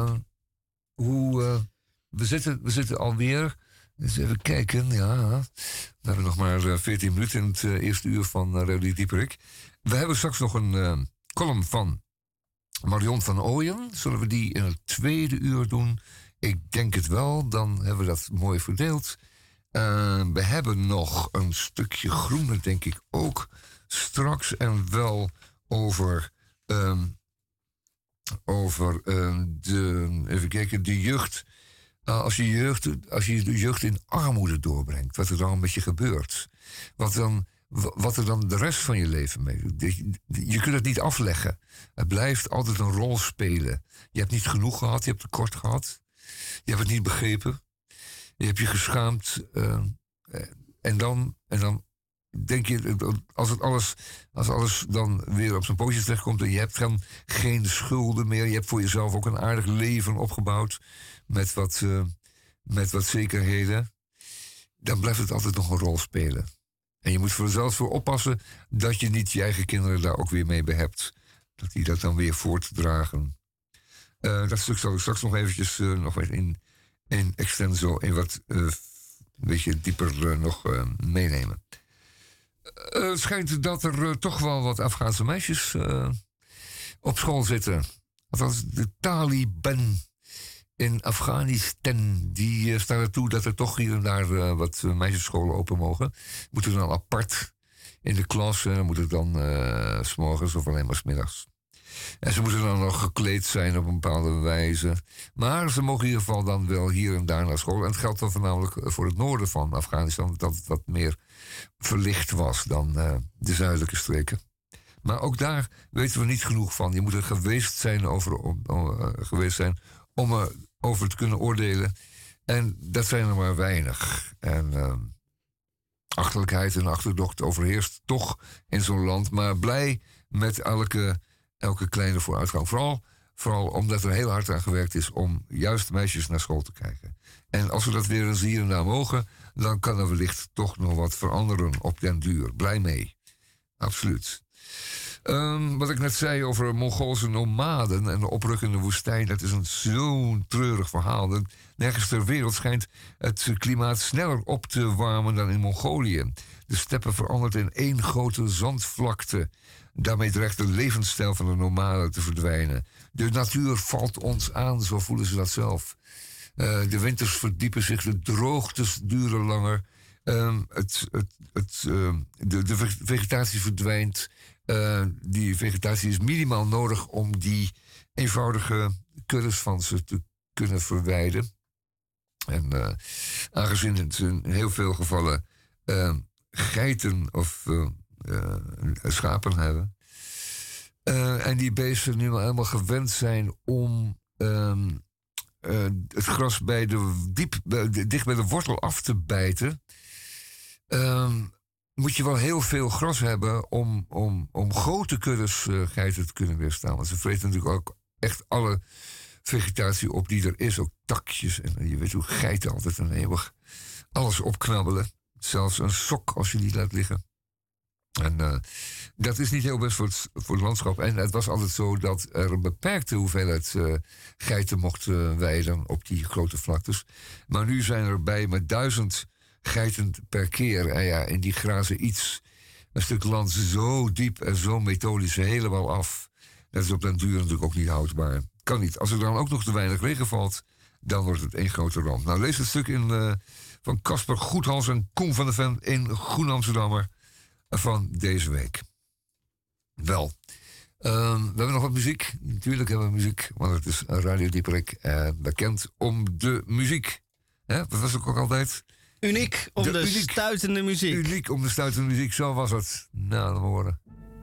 We zitten alweer. Dus even kijken, ja. We hebben nog maar 14 minuten in het eerste uur van Radio Dieperik. We hebben straks nog een column van Marion van Ooyen. Zullen we die in het tweede uur doen? Ik denk het wel, dan hebben we dat mooi verdeeld. We hebben nog een stukje groene, denk ik ook, straks. En wel over even kijken, de jeugd. Als je de jeugd in armoede doorbrengt, wat er dan met je gebeurt. Wat er dan de rest van je leven mee doet. Je kunt het niet afleggen. Het blijft altijd een rol spelen. Je hebt niet genoeg gehad, je hebt tekort gehad. Je hebt het niet begrepen. Je hebt je geschaamd. En dan denk je, als alles dan weer op zijn pootjes terechtkomt en je hebt dan geen schulden meer. Je hebt voor jezelf ook een aardig leven opgebouwd met wat zekerheden. Dan blijft het altijd nog een rol spelen. En je moet voor jezelf voor oppassen dat je niet je eigen kinderen daar ook weer mee behept. Dat die dat dan weer voortdragen. Dat stuk zal ik straks nog eventjes nog in extenso in wat een beetje dieper nog meenemen. Het schijnt dat er toch wel wat Afghaanse meisjes op school zitten. Althans, de Taliban in Afghanistan, die staan ertoe dat er toch hier en daar wat meisjesscholen open mogen. Moeten dan apart in de klas, moet het dan 's morgens of alleen maar 's middags. En ze moeten dan nog gekleed zijn op een bepaalde wijze. Maar ze mogen in ieder geval dan wel hier en daar naar school. En het geldt dan voornamelijk voor het noorden van Afghanistan, dat het wat meer verlicht was dan de zuidelijke streken. Maar ook daar weten we niet genoeg van. Je moet er geweest zijn om erover te kunnen oordelen. En dat zijn er maar weinig. En achterlijkheid en achterdocht overheerst toch in zo'n land. Maar blij met elke kleine vooruitgang. Vooral omdat er heel hard aan gewerkt is om juist meisjes naar school te krijgen. En als we dat weer eens hier en daar mogen, dan kan er wellicht toch nog wat veranderen op den duur. Blij mee. Absoluut. Wat ik net zei over Mongoolse nomaden en de oprukkende woestijn, dat is zo'n treurig verhaal. Nergens ter wereld schijnt het klimaat sneller op te warmen dan in Mongolië. De steppen verandert in één grote zandvlakte. Daarmee dreigt de levensstijl van de nomaden te verdwijnen. De natuur valt ons aan, zo voelen ze dat zelf. De winters verdiepen zich, de droogtes duren langer. De vegetatie verdwijnt. Die vegetatie is minimaal nodig om die eenvoudige kuddes van ze te kunnen verwijden. En aangezien het in heel veel gevallen geiten of schapen hebben. En die beesten nu al helemaal gewend zijn om het gras dicht bij de wortel af te bijten. Moet je wel heel veel gras hebben om grote kuddes geiten te kunnen weerstaan. Want ze vreten natuurlijk ook echt alle vegetatie op die er is. Ook takjes. En je weet hoe geiten altijd een eeuwig alles opknabbelen. Zelfs een sok als je die laat liggen. En dat is niet heel best voor het landschap. En het was altijd zo dat er een beperkte hoeveelheid geiten mochten weiden op die grote vlaktes. Maar nu zijn er bij met 1000 geiten per keer. En ja, en die grazen een stuk land zo diep en zo methodisch helemaal af. Dat is op den duur natuurlijk ook niet houdbaar. Kan niet. Als er dan ook nog te weinig regen valt, dan wordt het één grote ramp. Nou, lees het stuk van Casper Goedhals en Koen van der Ven in Groen Amsterdammer van deze week. Wel, We hebben nog wat muziek. Natuurlijk hebben we muziek, want het is Radio Dieperik. Bekend om de muziek. Hè? Dat was ook altijd. Uniek om de stuitende muziek. Uniek om de stuitende muziek, zo was het. Nou, dan horen.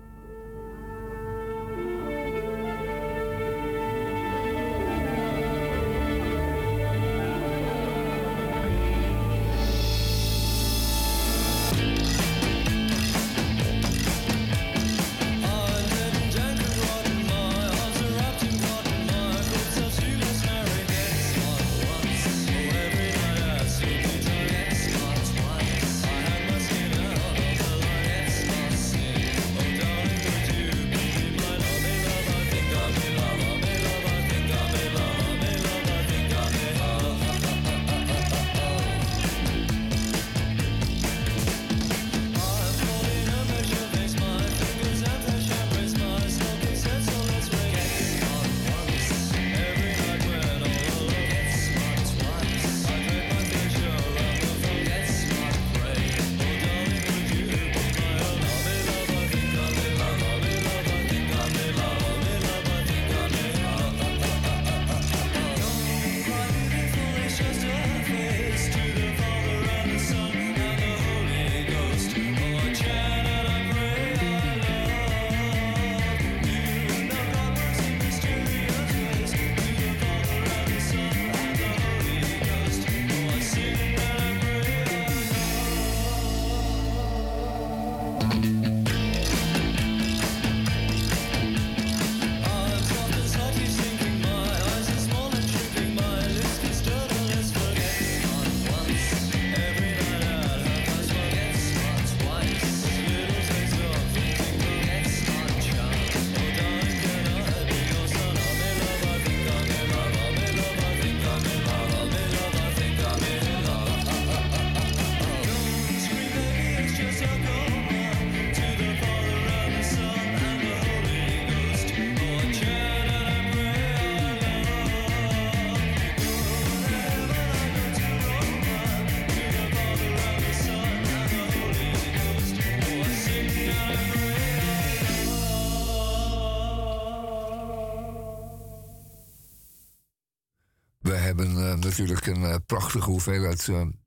We hebben natuurlijk een prachtige hoeveelheid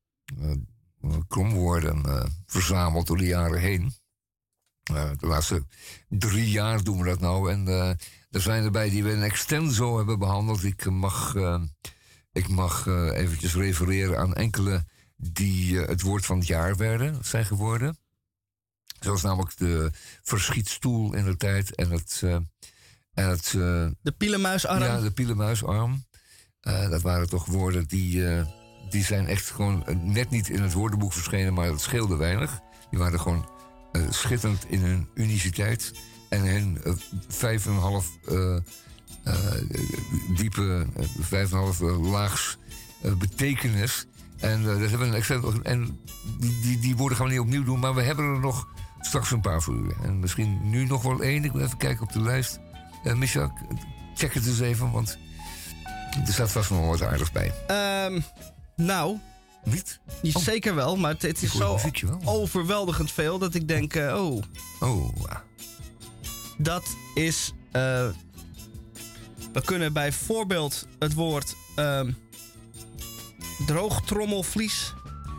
kromwoorden verzameld door de jaren heen. De laatste 3 jaar doen we dat nou. En er zijn erbij die we in extenso hebben behandeld. Ik mag eventjes refereren aan enkele die het woord van het jaar zijn geworden. Zoals namelijk de verschietstoel in de tijd en de pielenmuisarm. Ja, de pielenmuisarm. Dat waren toch woorden die zijn echt gewoon net niet in het woordenboek verschenen, maar het scheelde weinig. Die waren gewoon schitterend in hun uniciteit en hun 5,5 diepe, 5,5 laags betekenis. En dat hebben we een extra. En die woorden gaan we niet opnieuw doen, maar we hebben er nog straks een paar voor u. En misschien nu nog wel 1. Ik wil even kijken op de lijst. Misha, check het eens even, want er staat vast nog wat aardigs bij. Nou, niet? Zeker wel, maar het is zo overweldigend veel dat ik denk, dat is. We kunnen bijvoorbeeld het woord droogtrommelvlies.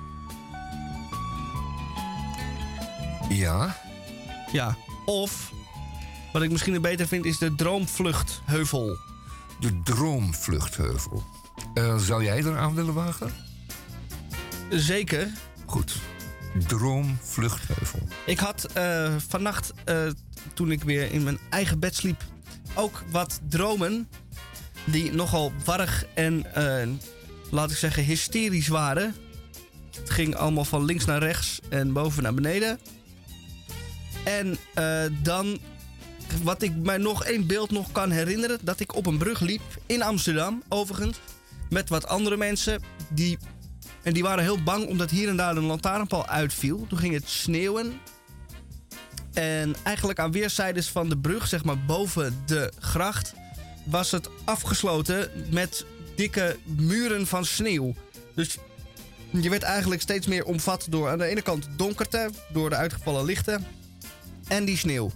Ja. Ja, of wat ik misschien beter vind is de droomvluchtheuvel. De droomvluchtheuvel. Zou jij er aan willen wagen? Zeker. Goed. Droomvluchtheuvel. Ik had vannacht, toen ik weer in mijn eigen bed sliep, ook wat dromen die nogal warrig en, laat ik zeggen, hysterisch waren. Het ging allemaal van links naar rechts en boven naar beneden. En dan, wat ik mij nog 1 beeld nog kan herinneren, dat ik op een brug liep, in Amsterdam overigens, met wat andere mensen. Die waren heel bang omdat hier en daar een lantaarnpaal uitviel. Toen ging het sneeuwen. En eigenlijk aan weerszijden van de brug, zeg maar boven de gracht, was het afgesloten met dikke muren van sneeuw. Dus je werd eigenlijk steeds meer omvat door aan de ene kant donkerte, door de uitgevallen lichten en die sneeuw.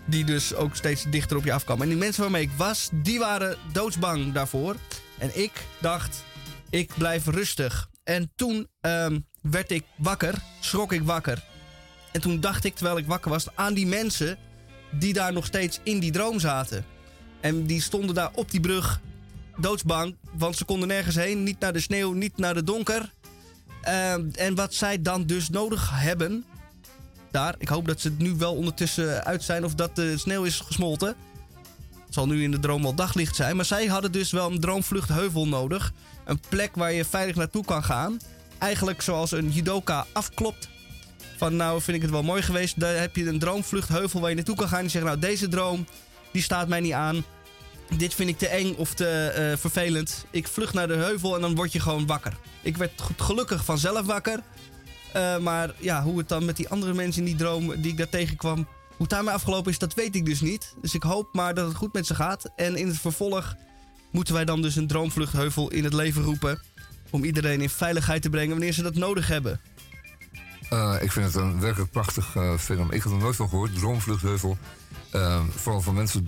die dus ook steeds dichter op je afkwam. En die mensen waarmee ik was, die waren doodsbang daarvoor. En ik dacht, ik blijf rustig. En toen werd ik wakker, schrok ik wakker. En toen dacht ik, terwijl ik wakker was, aan die mensen die daar nog steeds in die droom zaten. En die stonden daar op die brug doodsbang, want ze konden nergens heen. Niet naar de sneeuw, niet naar de donker. En wat zij dan dus nodig hebben daar. Ik hoop dat ze het nu wel ondertussen uit zijn of dat de sneeuw is gesmolten. Het zal nu in de droom wel daglicht zijn. Maar zij hadden dus wel een droomvluchtheuvel nodig. Een plek waar je veilig naartoe kan gaan. Eigenlijk zoals een judoka afklopt. Van nou vind ik het wel mooi geweest. Daar heb je een droomvluchtheuvel waar je naartoe kan gaan. Die zeggen nou deze droom die staat mij niet aan. Dit vind ik te eng of te vervelend. Ik vlucht naar de heuvel en dan word je gewoon wakker. Ik werd gelukkig vanzelf wakker. Maar ja, hoe het dan met die andere mensen in die droom die ik daar tegenkwam, hoe het daarmee afgelopen is, dat weet ik dus niet. Dus ik hoop maar dat het goed met ze gaat. En in het vervolg moeten wij dan dus een droomvluchtheuvel in het leven roepen. Om iedereen in veiligheid te brengen wanneer ze dat nodig hebben. Ik vind het een werkelijk prachtig fenomeen. Ik had er nooit van gehoord, droomvluchtheuvel. Vooral van mensen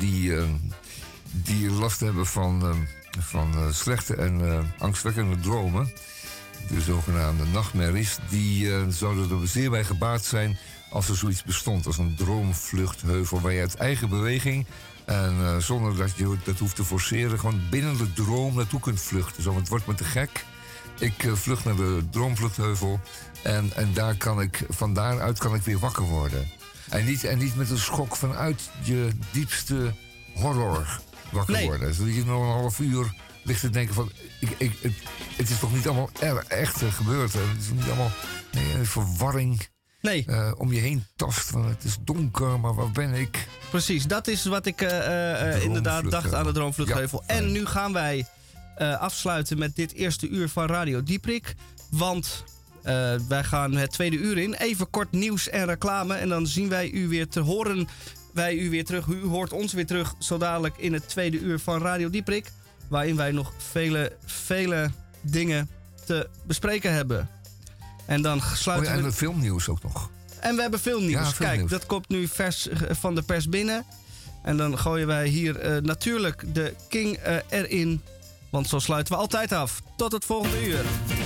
die last hebben van slechte en angstwekkende dromen. De zogenaamde nachtmerries. Die zouden er zeer bij gebaat zijn als er zoiets bestond. Als een droomvluchtheuvel waar je uit eigen beweging en zonder dat je dat hoeft te forceren, gewoon binnen de droom naartoe kunt vluchten. Zo, het wordt me te gek. Ik vlucht naar de droomvluchtheuvel en van daaruit kan ik weer wakker worden. En niet met een schok vanuit je diepste horror wakker worden. Zodat je nog een half uur ligt te denken van, het is toch niet allemaal echt gebeurd. Het is niet allemaal een verwarring om je heen tast. Van, het is donker, maar waar ben ik? Precies, dat is wat ik inderdaad dacht aan de droomvluchtheuvel. Ja, en nu gaan wij afsluiten met dit eerste uur van Radio Dieprik. Want wij gaan het tweede uur in. Even kort nieuws en reclame. En dan zien wij u weer horen wij u weer terug. U hoort ons weer terug zo dadelijk in het tweede uur van Radio Dieprik. Waarin wij nog vele dingen te bespreken hebben. En dan sluiten en filmnieuws ook nog. En we hebben filmnieuws. Ja, filmnieuws. Kijk, dat komt nu vers van de pers binnen. En dan gooien wij hier natuurlijk de King erin. Want zo sluiten we altijd af. Tot het volgende uur.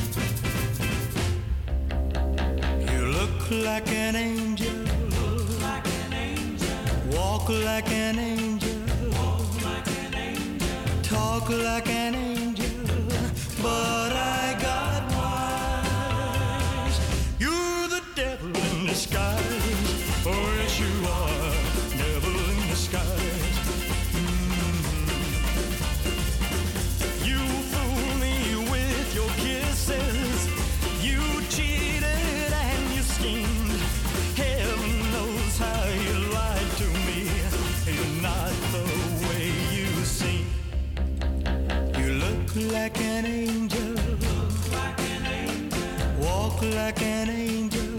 You look like an angel. Walk like an angel. Talk like an angel. But I got wise. You're the devil in disguise. Oh yes you are. Devil in disguise. You fool me with your kisses. You cheated and you schemed. Heaven knows how you lied to me. You're not the way you seem. You look like an angel. Walk like an angel.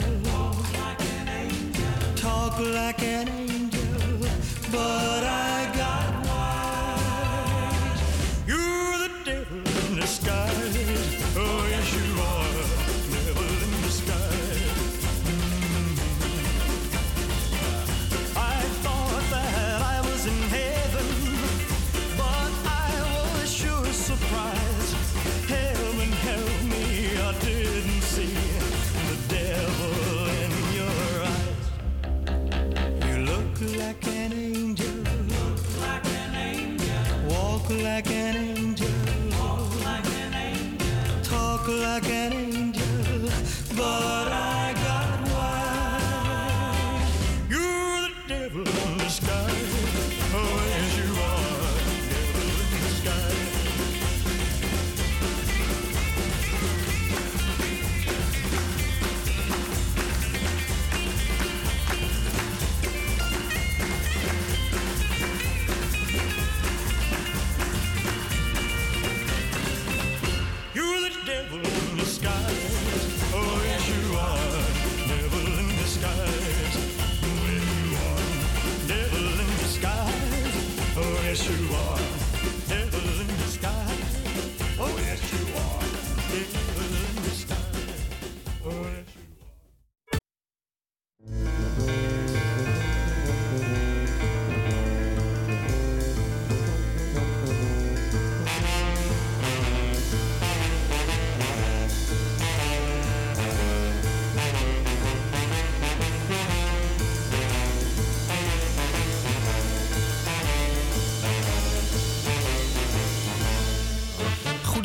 Talk like an angel. But I got wise. You're the devil in disguise. Oh yes you are. Devil in disguise. I thought that I was in heaven, but I was sure surprised. Heaven help me, I didn't see the devil in your eyes. You look like an angel. Walk like an angel. Talk like an angel. But I got wise. You're the devil in disguise. Oh yes you are. Devil in disguise.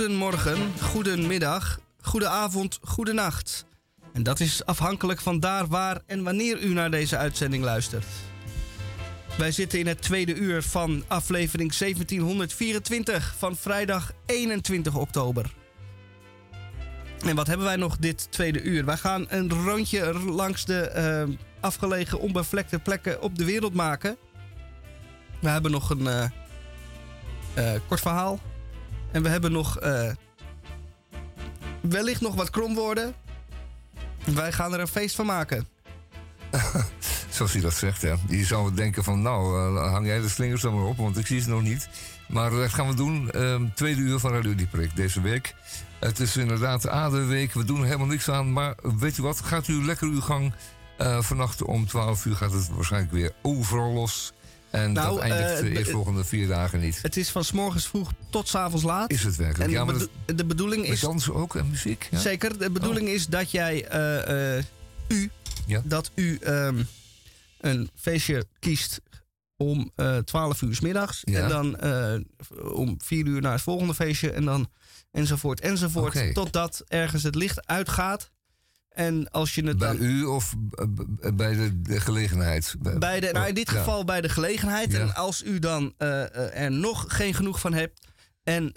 goedemorgen, goedemiddag, goedenavond, goedenacht. En dat is afhankelijk van daar, waar en wanneer u naar deze uitzending luistert. Wij zitten in het tweede uur van aflevering 1724 van vrijdag 21 oktober. En wat hebben wij nog dit tweede uur? Wij gaan een rondje langs de afgelegen onbevlekte plekken op de wereld maken. We hebben nog een kort verhaal. En we hebben nog wellicht nog wat kromwoorden. Wij gaan er een feest van maken. Zoals hij dat zegt, hè. Je zou denken van, hang jij de slingers dan maar op, want ik zie ze nog niet. Maar dat gaan we doen. Tweede uur van Radio Dieperik deze week. Het is inderdaad Aderweek. We doen er helemaal niks aan. Maar weet u wat? Gaat u lekker uw gang. Vannacht om 12 uur gaat het waarschijnlijk weer overal los. En dat eindigt de eerstvolgende 4 dagen niet. Het is van 's morgens vroeg tot 's avons laat. Is het werkelijk? En Ja, de bedoeling is... dansen ook en muziek? Ja? Zeker. De bedoeling is dat jij... Dat u een feestje kiest om 12 uur 's middags. Ja. En dan om 4 uur naar het volgende feestje. En dan enzovoort. Oké. Totdat ergens het licht uitgaat. En als je het Bij dan... u of bij de gelegenheid? in dit geval bij de gelegenheid. Ja. En als u dan er nog geen genoeg van hebt... en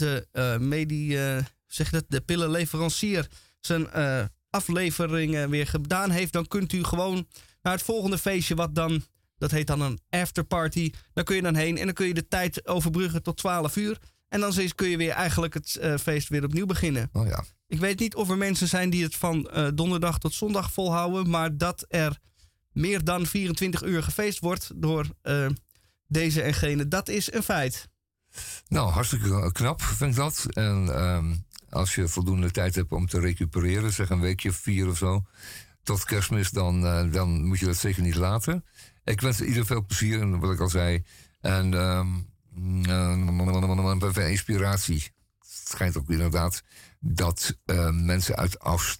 de pillenleverancier zijn afleveringen weer gedaan heeft... dan kunt u gewoon naar het volgende feestje... dat heet dan een afterparty. Daar kun je dan heen en dan kun je de tijd overbruggen tot 12 uur. En dan kun je weer eigenlijk het feest weer opnieuw beginnen. Oh ja. Ik weet niet of er mensen zijn die het van donderdag tot zondag volhouden... maar dat er meer dan 24 uur gefeest wordt door deze en gene, dat is een feit. Nou, hartstikke knap vind ik dat. En als je voldoende tijd hebt om te recupereren... zeg een weekje 4 of zo, tot Kerstmis... dan moet je dat zeker niet laten. Ik wens ieder veel plezier, en wat ik al zei. En inspiratie. Het schijnt ook inderdaad dat mensen uit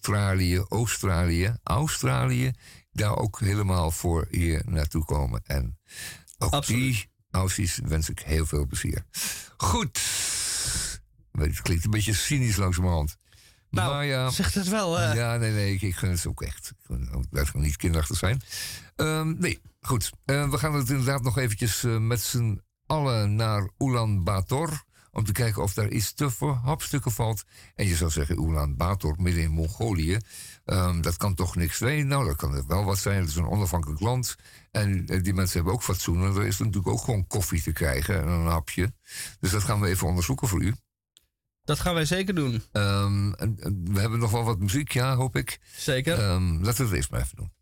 Australië... daar ook helemaal voor hier naartoe komen. En ook Absoluut. die Aussies wens ik heel veel plezier. Goed. Het klinkt een beetje cynisch langzamerhand. Nou, maar ja, zegt het wel. ja, nee, ik gun het ook echt. Ik blijf gewoon niet kinderachtig zijn. Nee, goed. We gaan het inderdaad nog eventjes met z'n allen naar Ulaanbaatar... om te kijken of daar iets te verhapstukken valt. En je zou zeggen, Ulaanbaatar, midden in Mongolië... dat kan toch niks zijn? Nou, dat kan er wel wat zijn. Het is een onafhankelijk land. En die mensen hebben ook fatsoen. En er is natuurlijk ook gewoon koffie te krijgen en een hapje. Dus dat gaan we even onderzoeken voor u. Dat gaan wij zeker doen. We hebben nog wel wat muziek, ja, hoop ik. Zeker. Laten we het eerst maar even doen.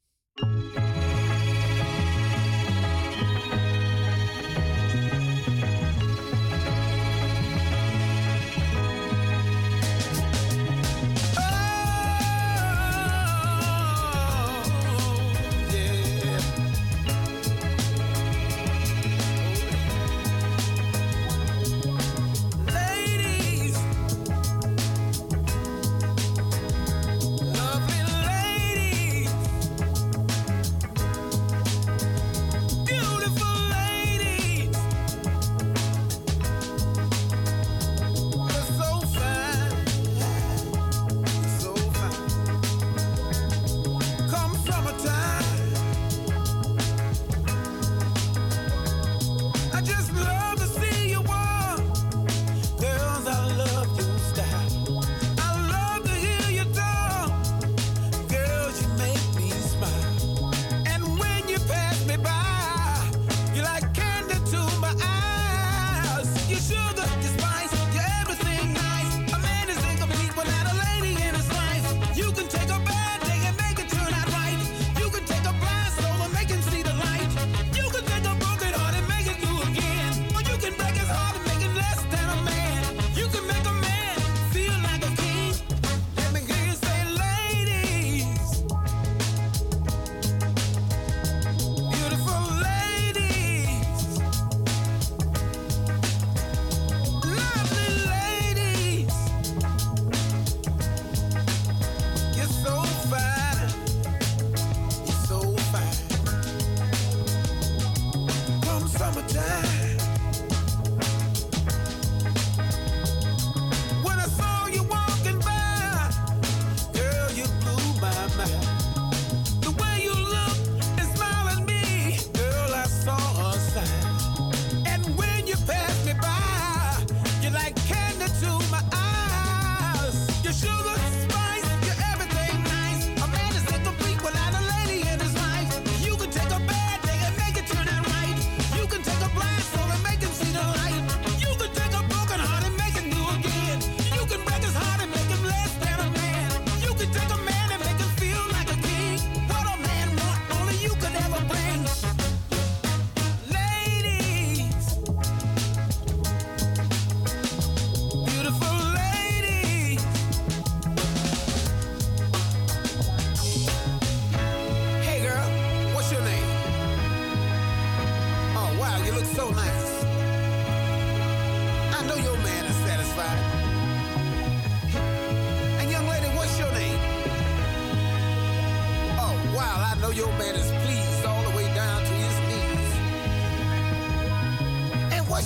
Lovely ladies,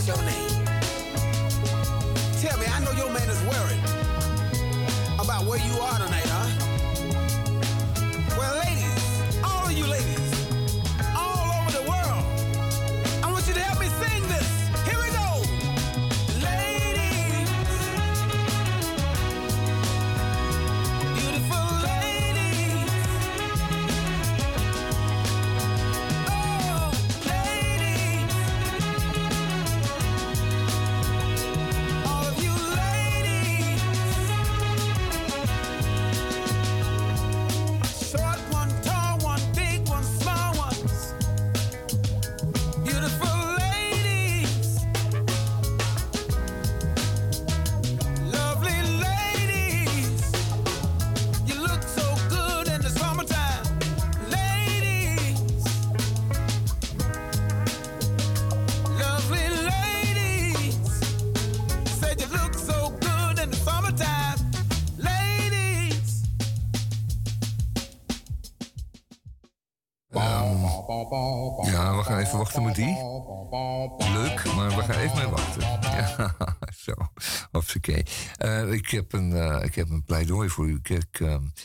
your name? Tell me, I know your man is worried about where you are tonight, huh? Well, ladies, all of you ladies, all over the world, I want you to help me sing this. Here we go. Ladies, beautiful ladies. Oh, ladies, all of you ladies. Short one, tall one, big one, small ones. Beautiful ladies. Lovely ladies. You look so good in the summertime. Ladies. Lovely ladies. Said you look so good in the summertime. Ladies. Ja, we gaan even wachten met die. Leuk, maar we gaan even mee wachten. Ja, zo. Hoppakee. Ik heb een pleidooi voor u. Kijk,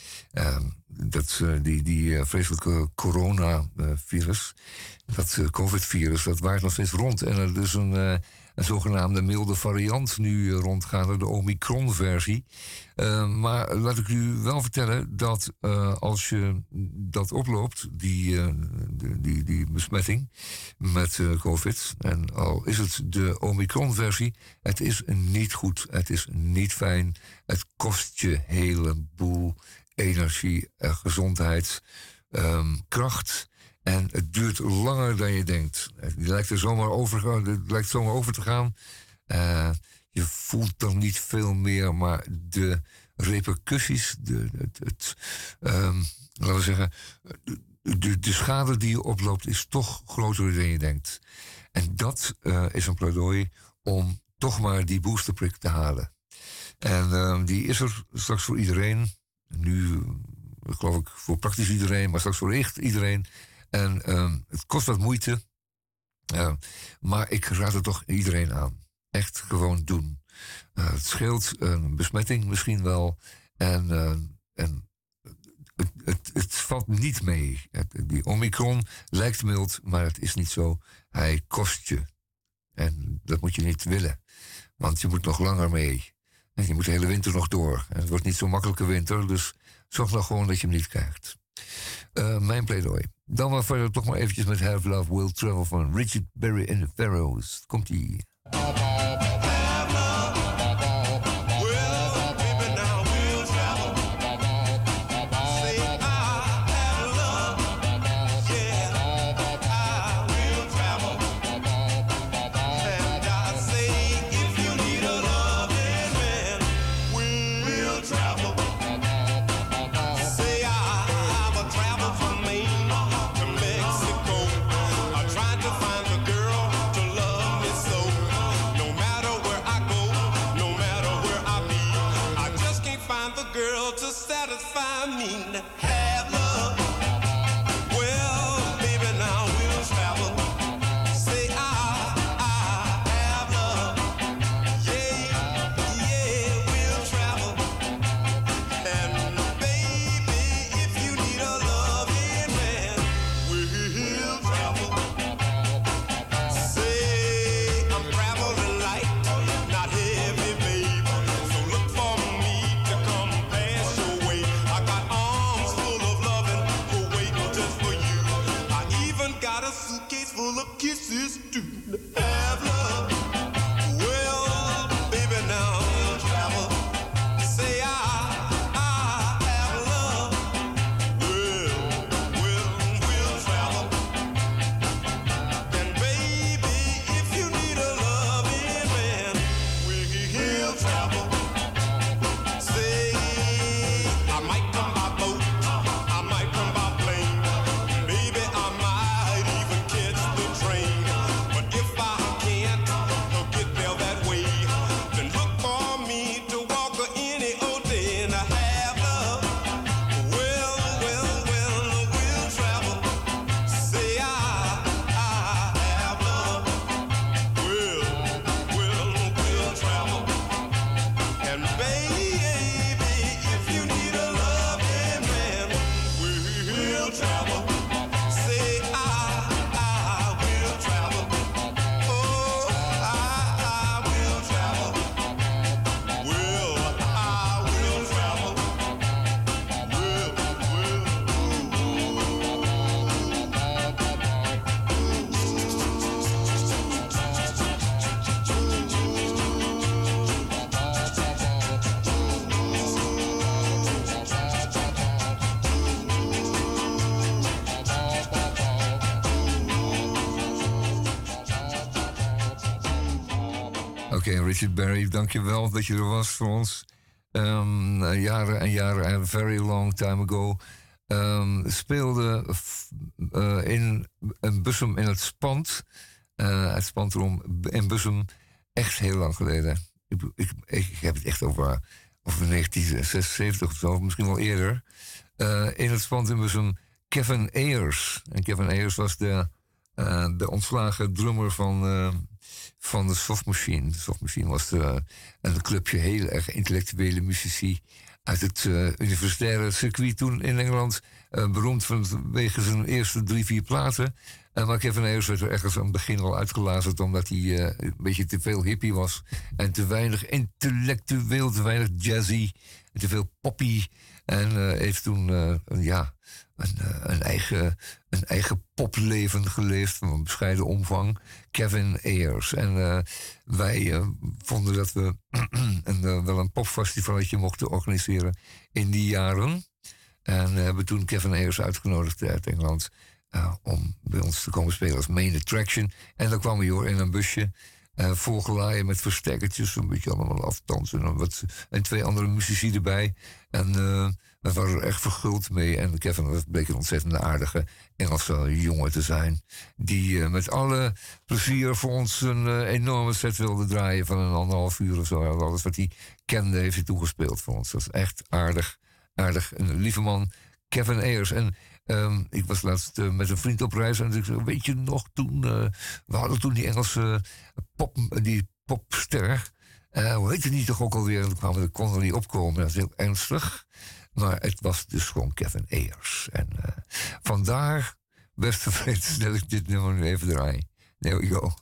die vreselijke coronavirus, dat COVID-virus, dat waait nog steeds rond. En er is een zogenaamde milde variant nu rondgaande, de Omicron-versie. Maar laat ik u wel vertellen dat als je dat oploopt, die besmetting met COVID, en al is het de Omicron-versie, het is niet goed, het is niet fijn. Het kost je een heleboel energie, gezondheid, kracht. En het duurt langer dan je denkt. Het lijkt er zomaar over te gaan. Je voelt dan niet veel meer, maar de repercussies, laten we zeggen, de schade die je oploopt is toch groter dan je denkt. En dat is een pleidooi om toch maar die boosterprik te halen. En die is er straks voor iedereen. Nu geloof ik voor praktisch iedereen, maar straks voor echt iedereen. En het kost wat moeite, maar ik raad het toch iedereen aan. Echt gewoon doen. Het scheelt een besmetting misschien wel. En het valt niet mee. Die Omicron lijkt mild, maar het is niet zo. Hij kost je. En dat moet je niet willen. Want je moet nog langer mee. En je moet de hele winter nog door. En het wordt niet zo'n makkelijke winter, dus zorg nou gewoon dat je hem niet krijgt. Mijn pleidooi. Dan maar verder toch maar eventjes met Have Love Will Travel van Richard Berry and the Pharaohs. Komt-ie. Baby, I might even catch the train. But if I Oké, Richard Berry, dankjewel dat je er was voor ons. Jaren en jaren, a very long time ago. Speelde in een Bussum in het Spand. Het Spandroom in Bussum. Echt heel lang geleden. Ik heb het echt over 1976 of zo, misschien wel eerder. In het Spand in Bussum, Kevin Ayers. En Kevin Ayers was de ontslagen drummer van de Soft Machine. De Soft Machine was een clubje heel erg intellectuele muzici uit het universitaire circuit toen in Engeland. Beroemd vanwege zijn eerste 3-4 platen. Maar Kevin Ayers werd er ergens aan het begin al uitgelazerd omdat hij een beetje te veel hippie was. En te weinig intellectueel, te weinig jazzy, en te veel poppy. En heeft toen een eigen popleven geleefd van een bescheiden omvang. Kevin Ayers. En wij vonden dat we wel een popfestivalletje mochten organiseren in die jaren. En hebben toen Kevin Ayers uitgenodigd uit Engeland om bij ons te komen spelen als main attraction. En dan kwam hij hoor in een busje. Volgelaaien met versterkertjes, een beetje allemaal afdansen. En 2 andere muzici erbij. En we waren er echt verguld mee. En Kevin bleek een ontzettend aardige Engelse jongen te zijn. Die met alle plezier voor ons een enorme set wilde draaien van een 1,5 uur of zo. Alles wat hij kende heeft hij toegespeeld voor ons. Dat is echt aardig. Een lieve man, Kevin Ayers. En ik was laatst met een vriend op reis en ik zei, weet je nog, toen we hadden toen die Engelse popster. Hoe heette die toch ook alweer? En toen kon er niet opkomen, dat is heel ernstig. Maar het was dus gewoon Kevin Ayers. En vandaar, beste vrienden, dat ik dit nummer nu even draai. There we go.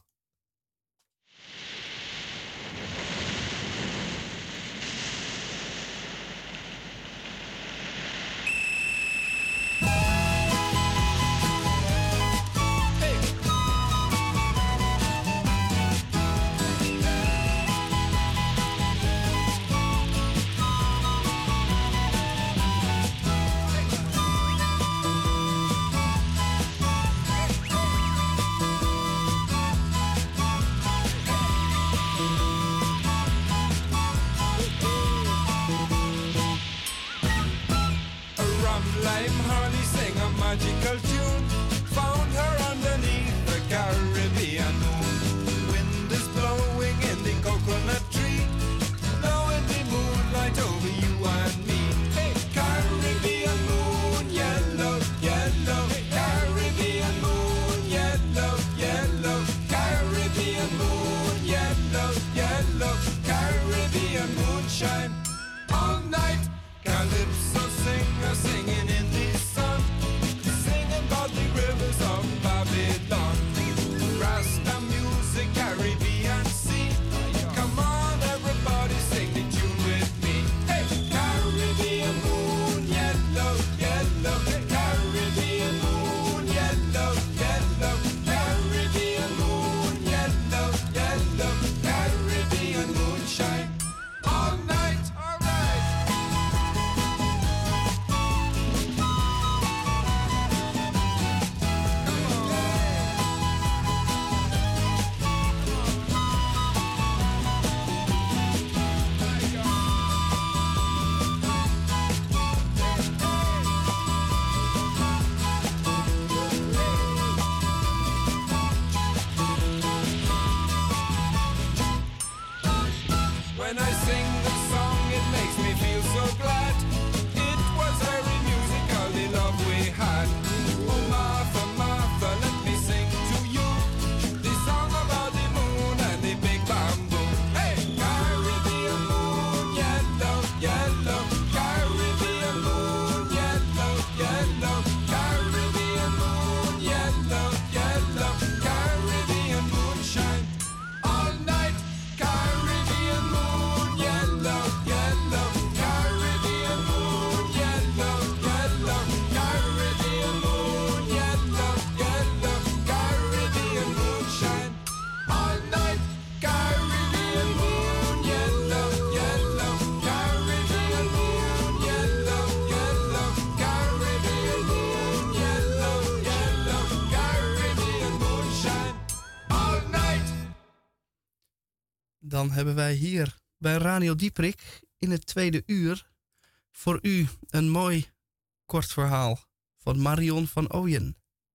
dan hebben wij hier bij Radio Dieprik in het tweede uur voor u een mooi kort verhaal van Marion van Ooyen.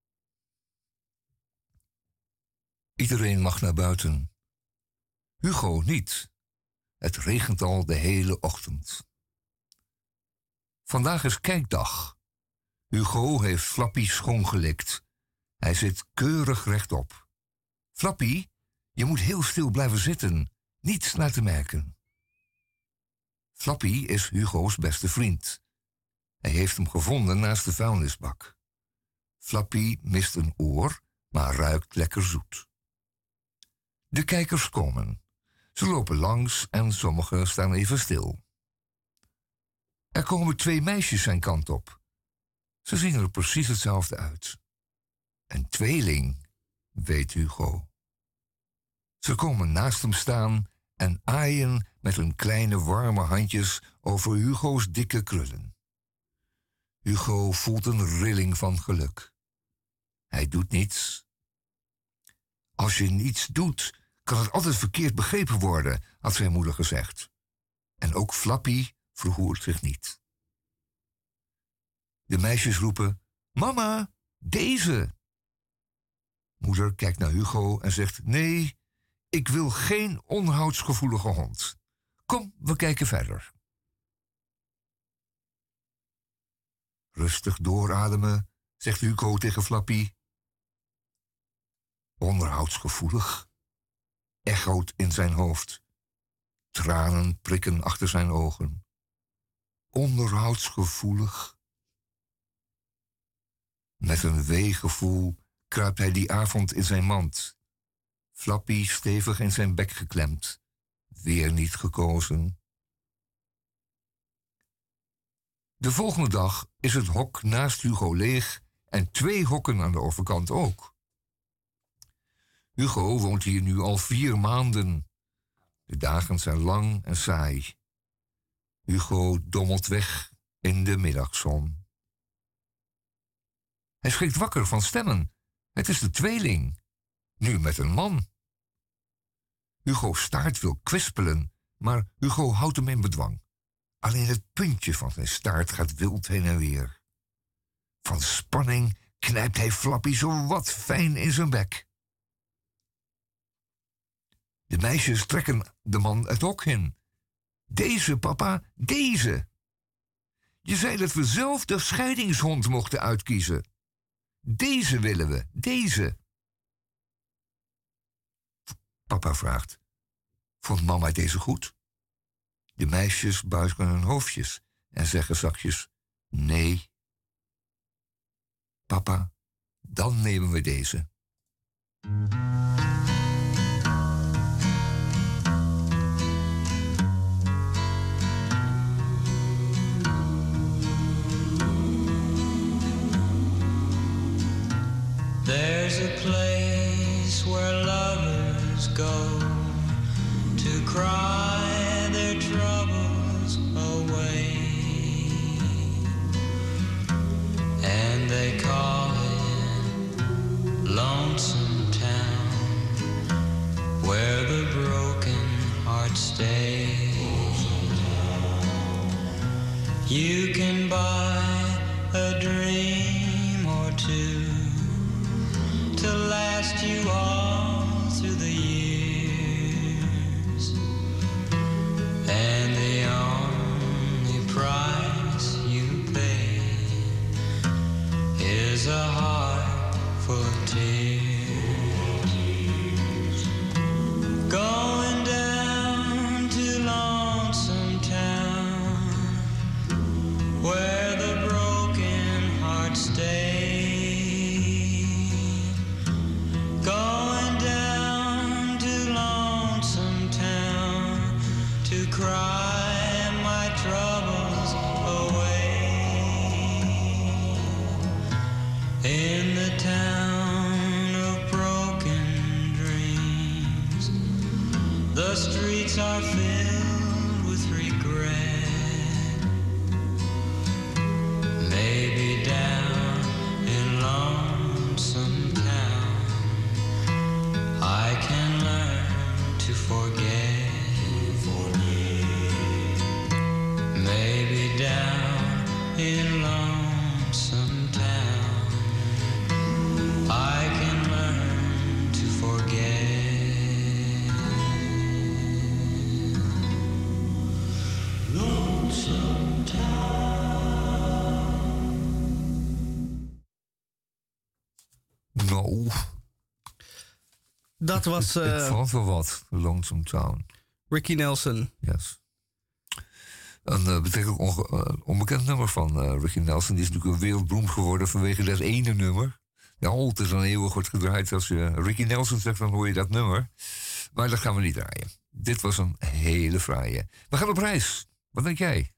Iedereen mag naar buiten. Hugo niet. Het regent al de hele ochtend. Vandaag is kijkdag. Hugo heeft Flappy schoongelikt. Hij zit keurig rechtop. Flappy, je moet heel stil blijven zitten. Niets laten merken. Flappy is Hugo's beste vriend. Hij heeft hem gevonden naast de vuilnisbak. Flappy mist een oor, maar ruikt lekker zoet. De kijkers komen. Ze lopen langs en sommigen staan even stil. Er komen 2 meisjes zijn kant op. Ze zien er precies hetzelfde uit. Een tweeling, weet Hugo. Ze komen naast hem staan en aaien met hun kleine warme handjes over Hugo's dikke krullen. Hugo voelt een rilling van geluk. Hij doet niets. Als je niets doet, kan het altijd verkeerd begrepen worden, had zijn moeder gezegd. En ook Flappy verhoort zich niet. De meisjes roepen, mama, deze. Moeder kijkt naar Hugo en zegt, nee, ik wil geen onhoudsgevoelige hond. Kom, we kijken verder. Rustig doorademen, zegt Hugo tegen Flappy. Onderhoudsgevoelig, echoot in zijn hoofd. Tranen prikken achter zijn ogen. Onderhoudsgevoelig. Met een weegevoel kruipt hij die avond in zijn mand. Flappy stevig in zijn bek geklemd. Weer niet gekozen. De volgende dag is het hok naast Hugo leeg en 2 hokken aan de overkant ook. Hugo woont hier nu al 4 maanden. De dagen zijn lang en saai. Hugo dommelt weg in de middagzon. Hij schrikt wakker van stemmen. Het is de tweeling. Nu met een man. Hugo's staart wil kwispelen, maar Hugo houdt hem in bedwang. Alleen het puntje van zijn staart gaat wild heen en weer. Van spanning knijpt hij Flappy zo wat fijn in zijn bek. De meisjes trekken de man het hok in. Deze, papa, deze. Je zei dat we zelf de scheidingshond mochten uitkiezen. Deze willen we, deze. Papa vraagt, vond mama deze goed? De meisjes buigen hun hoofdjes en zeggen zachtjes, nee. Papa, dan nemen we deze. There's a place where lovers go to cry their troubles away, and they call it Lonesome Town, where the broken hearts stay. You can buy a dream or two to last you all through the years, and the only price you pay is a heart full of tears. Going down to Lonesome Town, where the broken hearts stay. Going down to Lonesome Town to cry my troubles away. In the town of broken dreams, the streets are filled with regret. Maybe down in Lonesome Town I can learn to forget. Dat was Het valt wel wat. Lonesome Town. Ricky Nelson. Yes. Een betrekkelijk onbekend nummer van Ricky Nelson. Die is natuurlijk een wereldberoemd geworden vanwege dat ene nummer. Ja, altijd en eeuwig wordt gedraaid. Als je Ricky Nelson zegt, dan hoor je dat nummer. Maar dat gaan we niet draaien. Dit was een hele fraaie. We gaan op reis. Wat denk jij?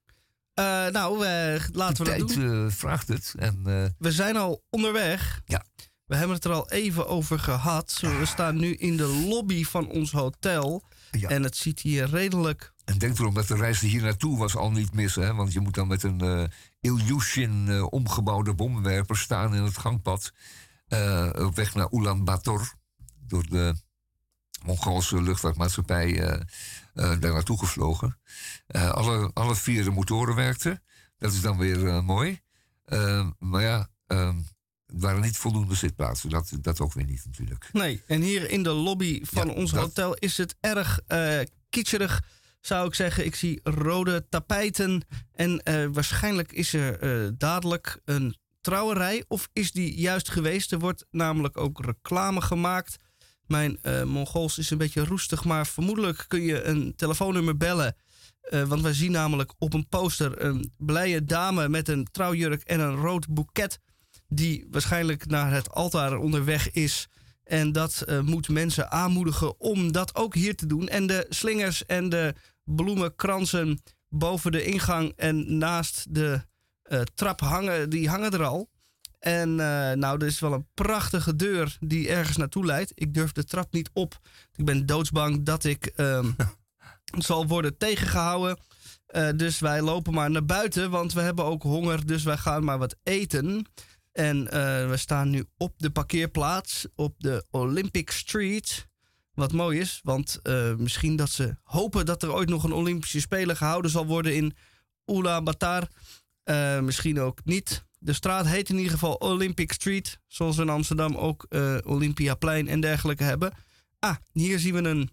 Laten we dat doen. Tijd vraagt het. En, We zijn al onderweg. Ja. We hebben het er al even over gehad. We staan nu in de lobby van ons hotel. Ja. En het ziet hier redelijk... En denk erom dat de reis hier naartoe was al niet mis. Hè? Want je moet dan met een Ilyushin omgebouwde bommenwerper staan in het gangpad. Op weg naar Ulaanbaatar. Door de Mongoolse luchtvaartmaatschappij daar naartoe gevlogen. Alle 4 de motoren werkten. Dat is dan weer mooi. Maar ja, het waren niet voldoende zitplaatsen. Dat ook weer niet natuurlijk. Nee, en hier in de lobby van ons hotel is het erg kitscherig, zou ik zeggen. Ik zie rode tapijten en waarschijnlijk is er dadelijk een trouwerij. Of is die juist geweest? Er wordt namelijk ook reclame gemaakt. Mijn Mongools is een beetje roestig, maar vermoedelijk kun je een telefoonnummer bellen. Want wij zien namelijk op een poster een blije dame met een trouwjurk en een rood boeket, die waarschijnlijk naar het altaar onderweg is. En dat moet mensen aanmoedigen om dat ook hier te doen. En de slingers en de bloemenkransen boven de ingang en naast de trap hangen, die hangen er al. En er is wel een prachtige deur die ergens naartoe leidt. Ik durf de trap niet op. Ik ben doodsbang dat ik zal worden tegengehouden. Dus wij lopen maar naar buiten, want we hebben ook honger. Dus wij gaan maar wat eten. En we staan nu op de parkeerplaats op de Olympic Street. Wat mooi is, want misschien dat ze hopen dat er ooit nog een Olympische Spelen gehouden zal worden in Ulaanbaatar. Misschien ook niet. De straat heet in ieder geval Olympic Street. Zoals we in Amsterdam ook Olympiaplein en dergelijke hebben. Hier zien we een...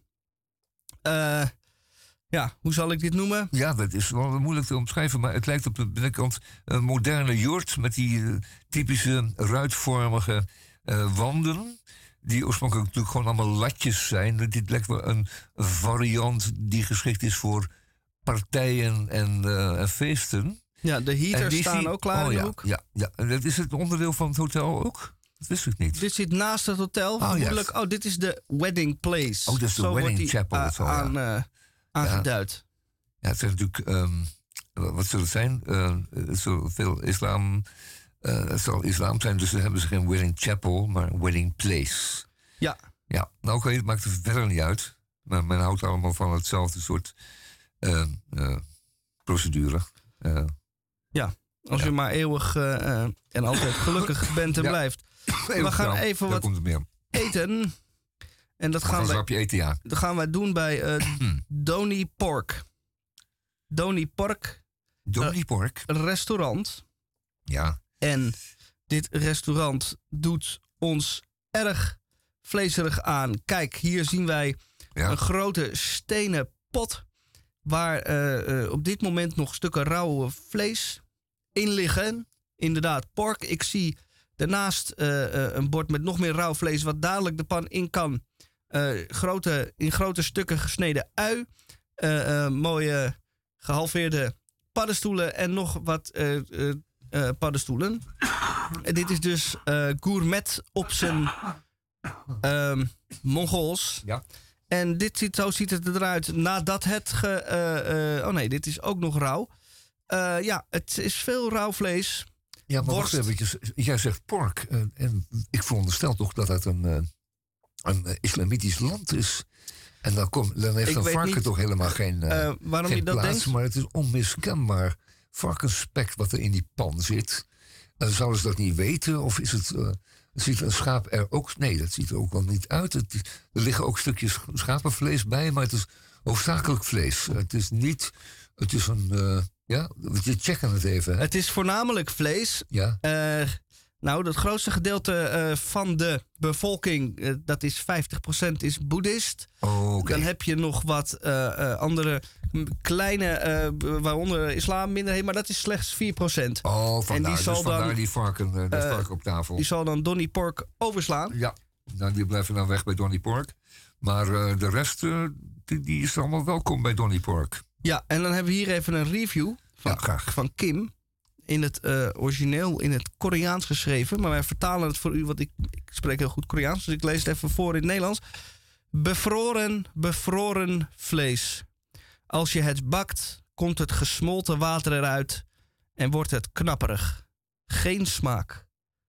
hoe zal ik dit noemen? Ja, dat is wel moeilijk te omschrijven. Maar het lijkt op de binnenkant een moderne jurt met die typische ruitvormige wanden. Die oorspronkelijk natuurlijk gewoon allemaal latjes zijn. Dit lijkt wel een variant die geschikt is voor partijen en feesten. Ja, de heaters staan ook klaar in de hoek. Ja. En dat is het onderdeel van het hotel ook? Dat wist ik niet. Dit zit naast het hotel. Vermoedelijk, dit is de wedding place. Oh, dat is de wedding chapel. Aangeduid. Ja, het zijn natuurlijk... wat zal het zijn? Het zal veel islam... het zal islam zijn, dus dan hebben ze geen wedding chapel, maar een wedding place. Ja. Ja, nou oké, het maakt er verder niet uit. Maar men houdt allemaal van hetzelfde soort procedure. Als je maar eeuwig en altijd gelukkig bent en blijft. We gaan even wat eten. En dat gaan dat gaan wij doen bij Donny Pork. Donny Pork. Restaurant. Ja. En dit restaurant doet ons erg vleeserig aan. Kijk, hier zien wij een grote stenen pot waar op dit moment nog stukken rauwe vlees in liggen. Inderdaad, pork. Ik zie daarnaast een bord met nog meer rauw vlees wat dadelijk de pan in kan. In grote stukken gesneden ui. Mooie gehalveerde paddenstoelen en nog wat paddenstoelen. Dit is dus gourmet op zijn Mongools. Ja. En zo ziet het eruit nadat het dit is ook nog rauw. Het is veel rauw vlees. Ja, maar wacht eventjes. Jij zegt pork. En ik veronderstel toch dat het een islamitisch land is. En dan heeft een varken toch helemaal geen waarom geen je dat plaats. denkt? Maar het is onmiskenbaar varkensspek wat er in die pan zit. Zouden ze dat niet weten? Of is het... ziet een schaap er ook... Nee, dat ziet er ook wel niet uit. Er liggen ook stukjes schapenvlees bij, maar het is hoofdzakelijk vlees. Het is niet... Het is een... we checken het even. Hè? Het is voornamelijk vlees. Ja. Nou, het grootste gedeelte van de bevolking, dat is 50%, is boeddhist. Oh, oké. Dan heb je nog wat andere kleine, waaronder islamminderheden, maar dat is slechts 4%. Oh, En vandaar, die zal dus vandaar dan, die varken, dat varken op tafel. Die zal dan Donnie Pork overslaan. Ja, nou, die blijven dan weg bij Donnie Pork. Maar de rest, die is allemaal welkom bij Donnie Pork. Ja, en dan hebben we hier even een review Ja, graag. van Kim. In het origineel, in het Koreaans geschreven. Maar wij vertalen het voor u, want ik spreek heel goed Koreaans. Dus ik lees het even voor in het Nederlands. Bevroren vlees. Als je het bakt, komt het gesmolten water eruit en wordt het knapperig. Geen smaak.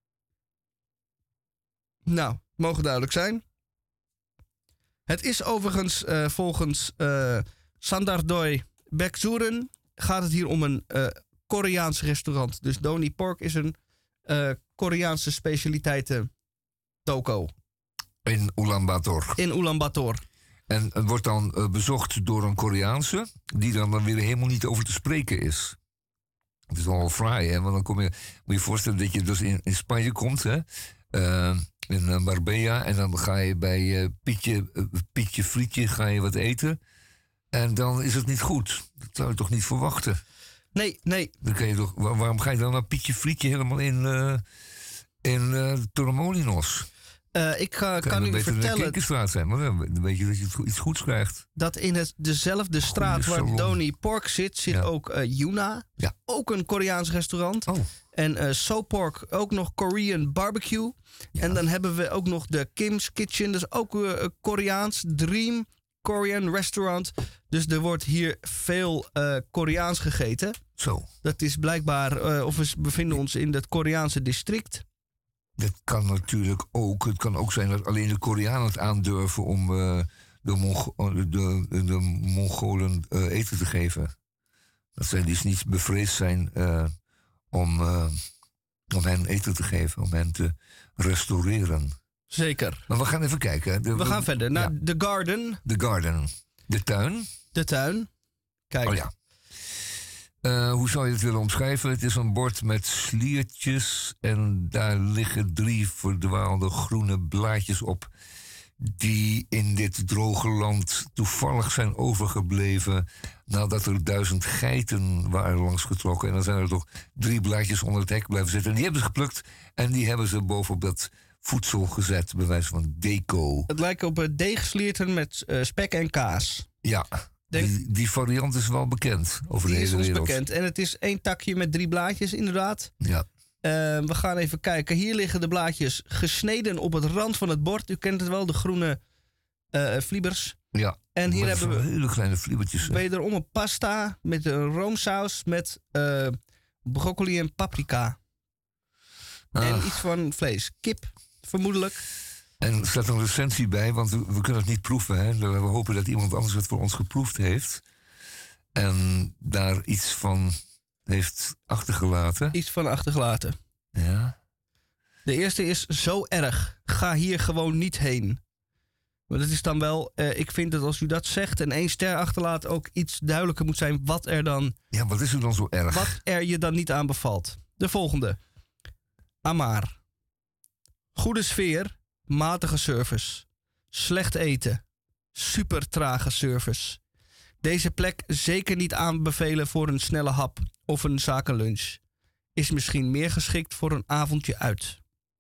Nou, mogen duidelijk zijn. Het is overigens volgens Sandardoy Baeksuren gaat het hier om een Koreaans restaurant. Dus Donnie Pork is een Koreaanse specialiteiten toko. In Ulaanbaatar. In Ulaanbaatar. En het wordt dan bezocht door een Koreaanse, die dan weer helemaal niet over te spreken is. Het is wel fraai, hè? Want dan moet je je voorstellen dat je dus in Spanje komt, hè? In Marbella. En dan ga je bij Pietje Frietje ga je wat eten. En dan is het niet goed. Dat zou je toch niet verwachten? Nee. Dan kan je toch, waarom ga je dan naar Pietje Frietje helemaal in Torremolinos? Ik kan u vertellen Kinkerstraat zijn, maar dan weet je dat je iets goeds krijgt. dat in dezelfde straat waar salon. Donnie Pork zit ook Yuna. Ja. Ook een Koreaans restaurant. Oh. En Sopork, ook nog Korean barbecue. Ja. En dan hebben we ook nog de Kim's Kitchen. Dus ook Koreaans. Dream Korean restaurant. Dus er wordt hier veel Koreaans gegeten. Zo. Dat is blijkbaar, of we bevinden ons in het Koreaanse district. Dat kan natuurlijk ook. Het kan ook zijn dat alleen de Koreanen het aandurven om de Mongolen eten te geven. Dat zij dus niet bevreesd zijn om hen eten te geven, om hen te restaureren. Zeker. Maar we gaan even kijken. We gaan verder naar ja. The Garden. The Garden. De tuin. De tuin. Kijk. Oh ja. Hoe zou je het willen omschrijven? Het is een bord met sliertjes en daar liggen 3 verdwaalde groene blaadjes op die in dit droge land toevallig zijn overgebleven nadat er 1000 geiten waren langsgetrokken. En dan zijn er toch 3 blaadjes onder het hek blijven zitten. En die hebben ze geplukt en die hebben ze bovenop dat voedsel gezet, bij wijze van deco. Het lijkt op deegslierten met spek en kaas. Ja. Die variant is wel bekend over de Die is hele ons wereld. bekend. En het is 1 takje met 3 blaadjes, inderdaad. Ja. We gaan even kijken. Hier liggen de blaadjes gesneden op het rand van het bord. U kent het wel, de groene fliebers. Ja. En hier hebben we hele kleine fliebertjes. wederom een pasta met een roomsaus met broccoli en paprika. En iets van vlees. Kip, vermoedelijk. En er staat een recensie bij, want we kunnen het niet proeven. Hè? We hopen dat iemand anders het voor ons geproefd heeft. En daar iets van heeft achtergelaten. Iets van achtergelaten. Ja. De eerste is zo erg. Ga hier gewoon niet heen. Maar dat is dan wel, ik vind dat als u dat zegt en 1 ster achterlaat ook iets duidelijker moet zijn wat er dan... Ja, wat is er dan zo erg? Wat er je dan niet aan bevalt. De volgende. Amar. Goede sfeer, matige service. Slecht eten. Super trage service. Deze plek zeker niet aanbevelen voor een snelle hap of een zakenlunch. Is misschien meer geschikt voor een avondje uit.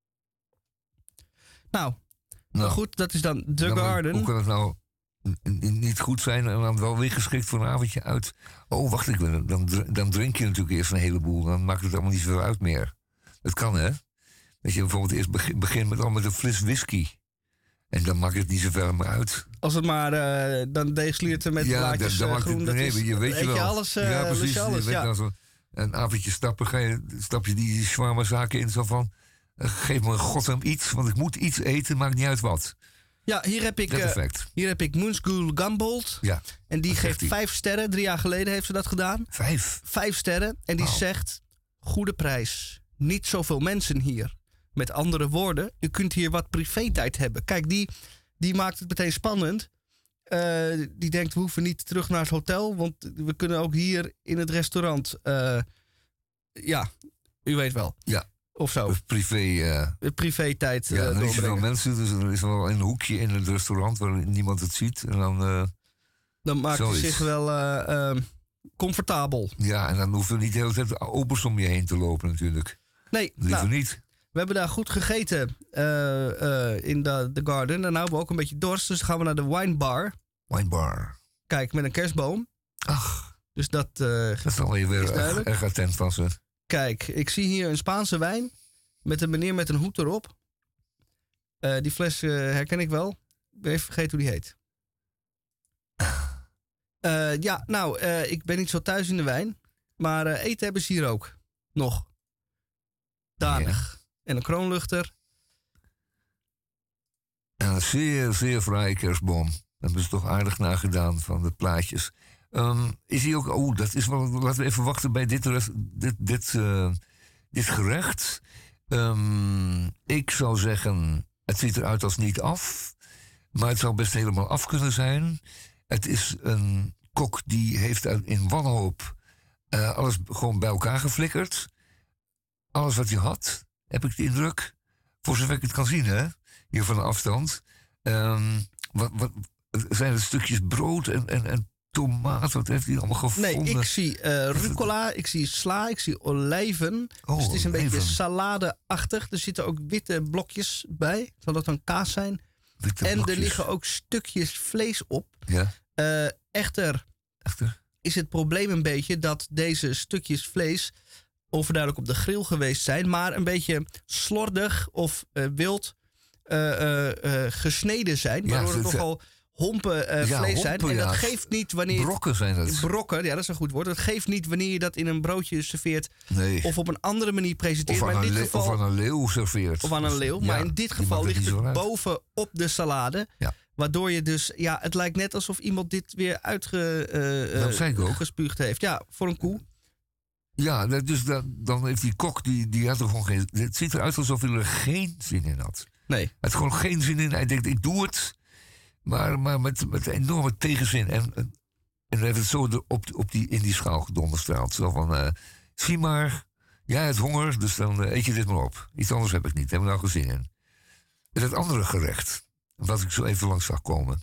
Nou, goed, dat is dan The Garden. Hoe kan het nou niet goed zijn en dan wel weer geschikt voor een avondje uit? Oh, wacht even, dan drink je natuurlijk eerst een heleboel. Dan maakt het allemaal niet zoveel uit meer. Dat kan, hè? Dat je bijvoorbeeld eerst begint met een fles whisky. En dan maakt het niet zoveel meer uit. Als het maar dan deegslierten met blaadjes groen. Je weet je wel. Alles, ja, precies. je alles, je weet ja. dan zo, een avondje stappen, stap je die shawarma zaken in. Zo van, geef me godsnaam iets, want ik moet iets eten, maakt niet uit wat. Ja, hier heb ik Moonsghoul Gumboldt. Ja, en die wat geeft zegt 5 sterren. 3 jaar geleden heeft ze dat gedaan. 5? 5 sterren. En die zegt, goede prijs. Niet zoveel mensen hier. Met andere woorden, je kunt hier wat privé-tijd hebben. Kijk, die maakt het meteen spannend. Die denkt, we hoeven niet terug naar het hotel. Want we kunnen ook hier in het restaurant... ja, u weet wel. Ja. Of zo. Privé-tijd ja, dan is er wel doorbrengen. mensen, dus er is wel een hoekje in het restaurant waar niemand het ziet. En dan, Dan maakt hij zoiets. zich wel comfortabel. ja, en dan hoeven we niet de hele tijd opers om je heen te lopen natuurlijk. Nee, Liever nou, niet. we hebben daar goed gegeten in de Garden. En nou hebben we ook een beetje dorst, dus dan gaan we naar de Wine Bar. Winebar. Kijk, met een kerstboom. Ach, Dus dat... dat is dan weer Is duidelijk. erg attent van ze. Kijk, ik zie hier een Spaanse wijn met een meneer met een hoed erop. Die fles herken ik wel. Ik ben even vergeten hoe die heet. Ik ben niet zo thuis in de wijn. Maar eten hebben ze hier ook. Nog. Danig. En een kroonluchter. En een zeer, zeer fraaie kerstboom. Daar hebben ze toch aardig nagedaan van de plaatjes. Is hij ook... dat is wel... Laten we even wachten bij dit gerecht. Ik zou zeggen... Het ziet eruit als niet af. Maar het zou best helemaal af kunnen zijn. Het is een kok die heeft in wanhoop... alles gewoon bij elkaar geflikkerd. Alles wat hij had, heb ik de indruk. Voor zover ik het kan zien, hè. Hier van de afstand. Wat zijn het stukjes brood en tomaat? Wat heeft hij allemaal gevonden? Nee, ik zie rucola, ik zie sla, ik zie olijven. Oh, Dus het is een beetje olijven. salade-achtig. Er zitten ook witte blokjes bij. Zal dat dan kaas zijn? Witte En blokjes. er liggen ook stukjes vlees op. Ja, Echter echter. is het probleem een beetje dat deze stukjes vlees overduidelijk op de grill geweest zijn, maar een beetje slordig of wild gesneden zijn. Ja, Waardoor het het- nogal hompen vlees zijn. hompen, En dat ja. geeft niet wanneer... Brokken zijn het. Brokken, ja, dat is een goed woord. Dat geeft niet wanneer je dat in een broodje serveert Nee. of op een andere manier presenteert. Of Maar aan, in een dit le- geval, of aan een leeuw serveert. of aan een leeuw. Ja, Maar in dit die geval maakt het ligt niet zo het uit. boven op de salade. Ja. Waardoor je dus... Ja, het lijkt net alsof iemand dit weer Dat zei ik ook. uitgespuugd heeft. Ja, voor een koe. Ja, dus dan heeft die kok, die had er gewoon geen... Het ziet eruit alsof hij er geen zin in had. Nee. Hij had gewoon geen zin in. Hij denkt, ik doe het. Maar met enorme tegenzin. En dan heeft het zo in die schaal gedonderstraald. Zo van, zie maar, jij hebt honger, dus dan eet je dit maar op. Iets anders heb ik niet, heb ik nou geen zin in. En het andere gerecht, wat ik zo even langs zag komen.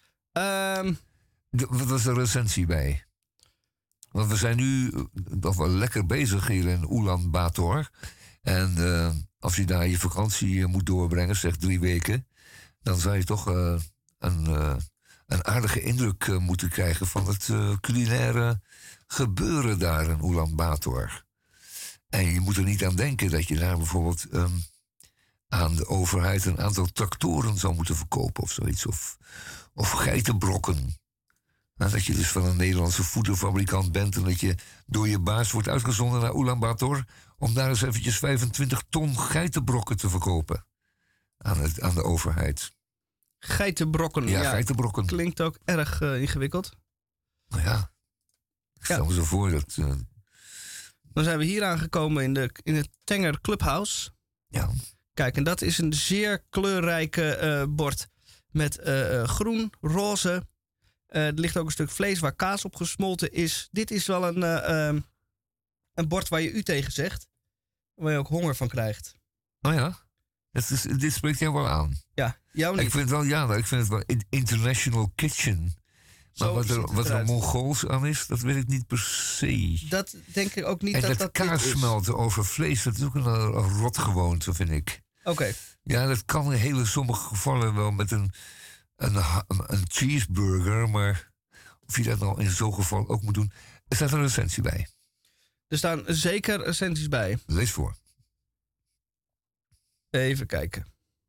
Wat was de recensie bij? Want we zijn nu nog wel lekker bezig hier in Ulaanbaatar. En als je daar je vakantie moet doorbrengen, zeg 3 weken... dan zou je toch een aardige indruk moeten krijgen van het culinaire gebeuren daar in Ulaanbaatar. En je moet er niet aan denken dat je daar bijvoorbeeld aan de overheid een aantal tractoren zou moeten verkopen of zoiets. Of geitenbrokken. Nou, dat je dus van een Nederlandse voederfabrikant bent en dat je door je baas wordt uitgezonden naar Ulaanbaatar om daar eens eventjes 25 ton geitenbrokken te verkopen aan de overheid. Geitenbrokken. Ja, geitenbrokken. Klinkt ook erg ingewikkeld. Nou ja, ik stel me zo voor dat... Dan zijn we hier aangekomen in het Tenger Clubhouse. ja, Kijk, en dat is een zeer kleurrijke bord met groen, roze. Er ligt ook een stuk vlees waar kaas op gesmolten is. Dit is wel een bord waar je u tegen zegt. Waar je ook honger van krijgt. oh ja, dit spreekt jou wel aan. Ja, jou niet. Ik vind het wel international kitchen. Maar Zo ziet het wat er eruit. Mongools aan is, dat weet ik niet per se. Dat denk ik ook niet En dat dat dit kaas is. smelten over vlees, dat is ook een rotgewoonte, vind ik. Oké. Ja, dat kan in sommige gevallen wel met een cheeseburger, maar of je dat nou in zo'n geval ook moet doen, er staat een recensie bij. Er staan zeker recensies bij. Lees voor. Even kijken.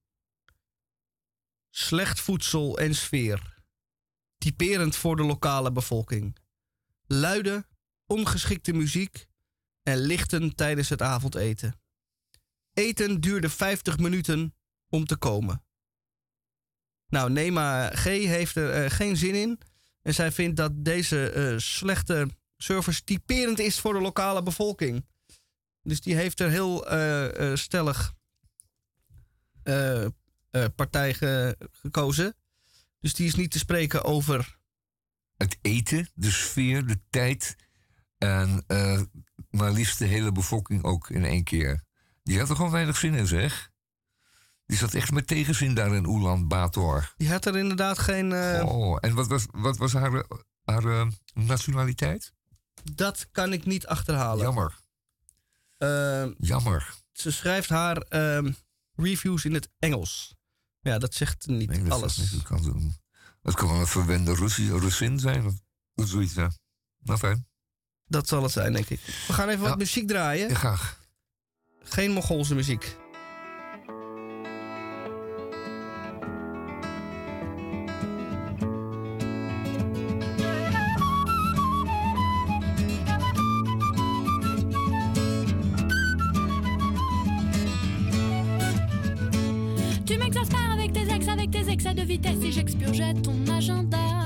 Slecht voedsel en sfeer. Typerend voor de lokale bevolking. Luide, ongeschikte muziek en lichten tijdens het avondeten. Eten duurde 50 minuten om te komen. Nou, Nema G. heeft er geen zin in. En zij vindt dat deze slechte service typerend is voor de lokale bevolking. Dus die heeft er heel stellig partij gekozen. Dus die is niet te spreken over... Het eten, de sfeer, de tijd en maar liefst de hele bevolking ook in één keer. Die had er gewoon weinig zin in, zeg. Die zat echt met tegenzin daar in Ulaanbaatar. Die had er inderdaad geen... En wat was haar nationaliteit? Dat kan ik niet achterhalen. Jammer. Jammer. Ze schrijft haar reviews in het Engels. Ja, dat zegt niet Nee, dat alles. is niet. Dat kan wel een verwende Russin zijn. Of zoiets, ja. Nou, fijn. Dat zal het zijn, denk ik. We gaan even wat muziek draaien. Ja, graag. Geen Mongoolse muziek. Tu m'exaspères avec tes excès de vitesse et j'expurgeais ton agenda.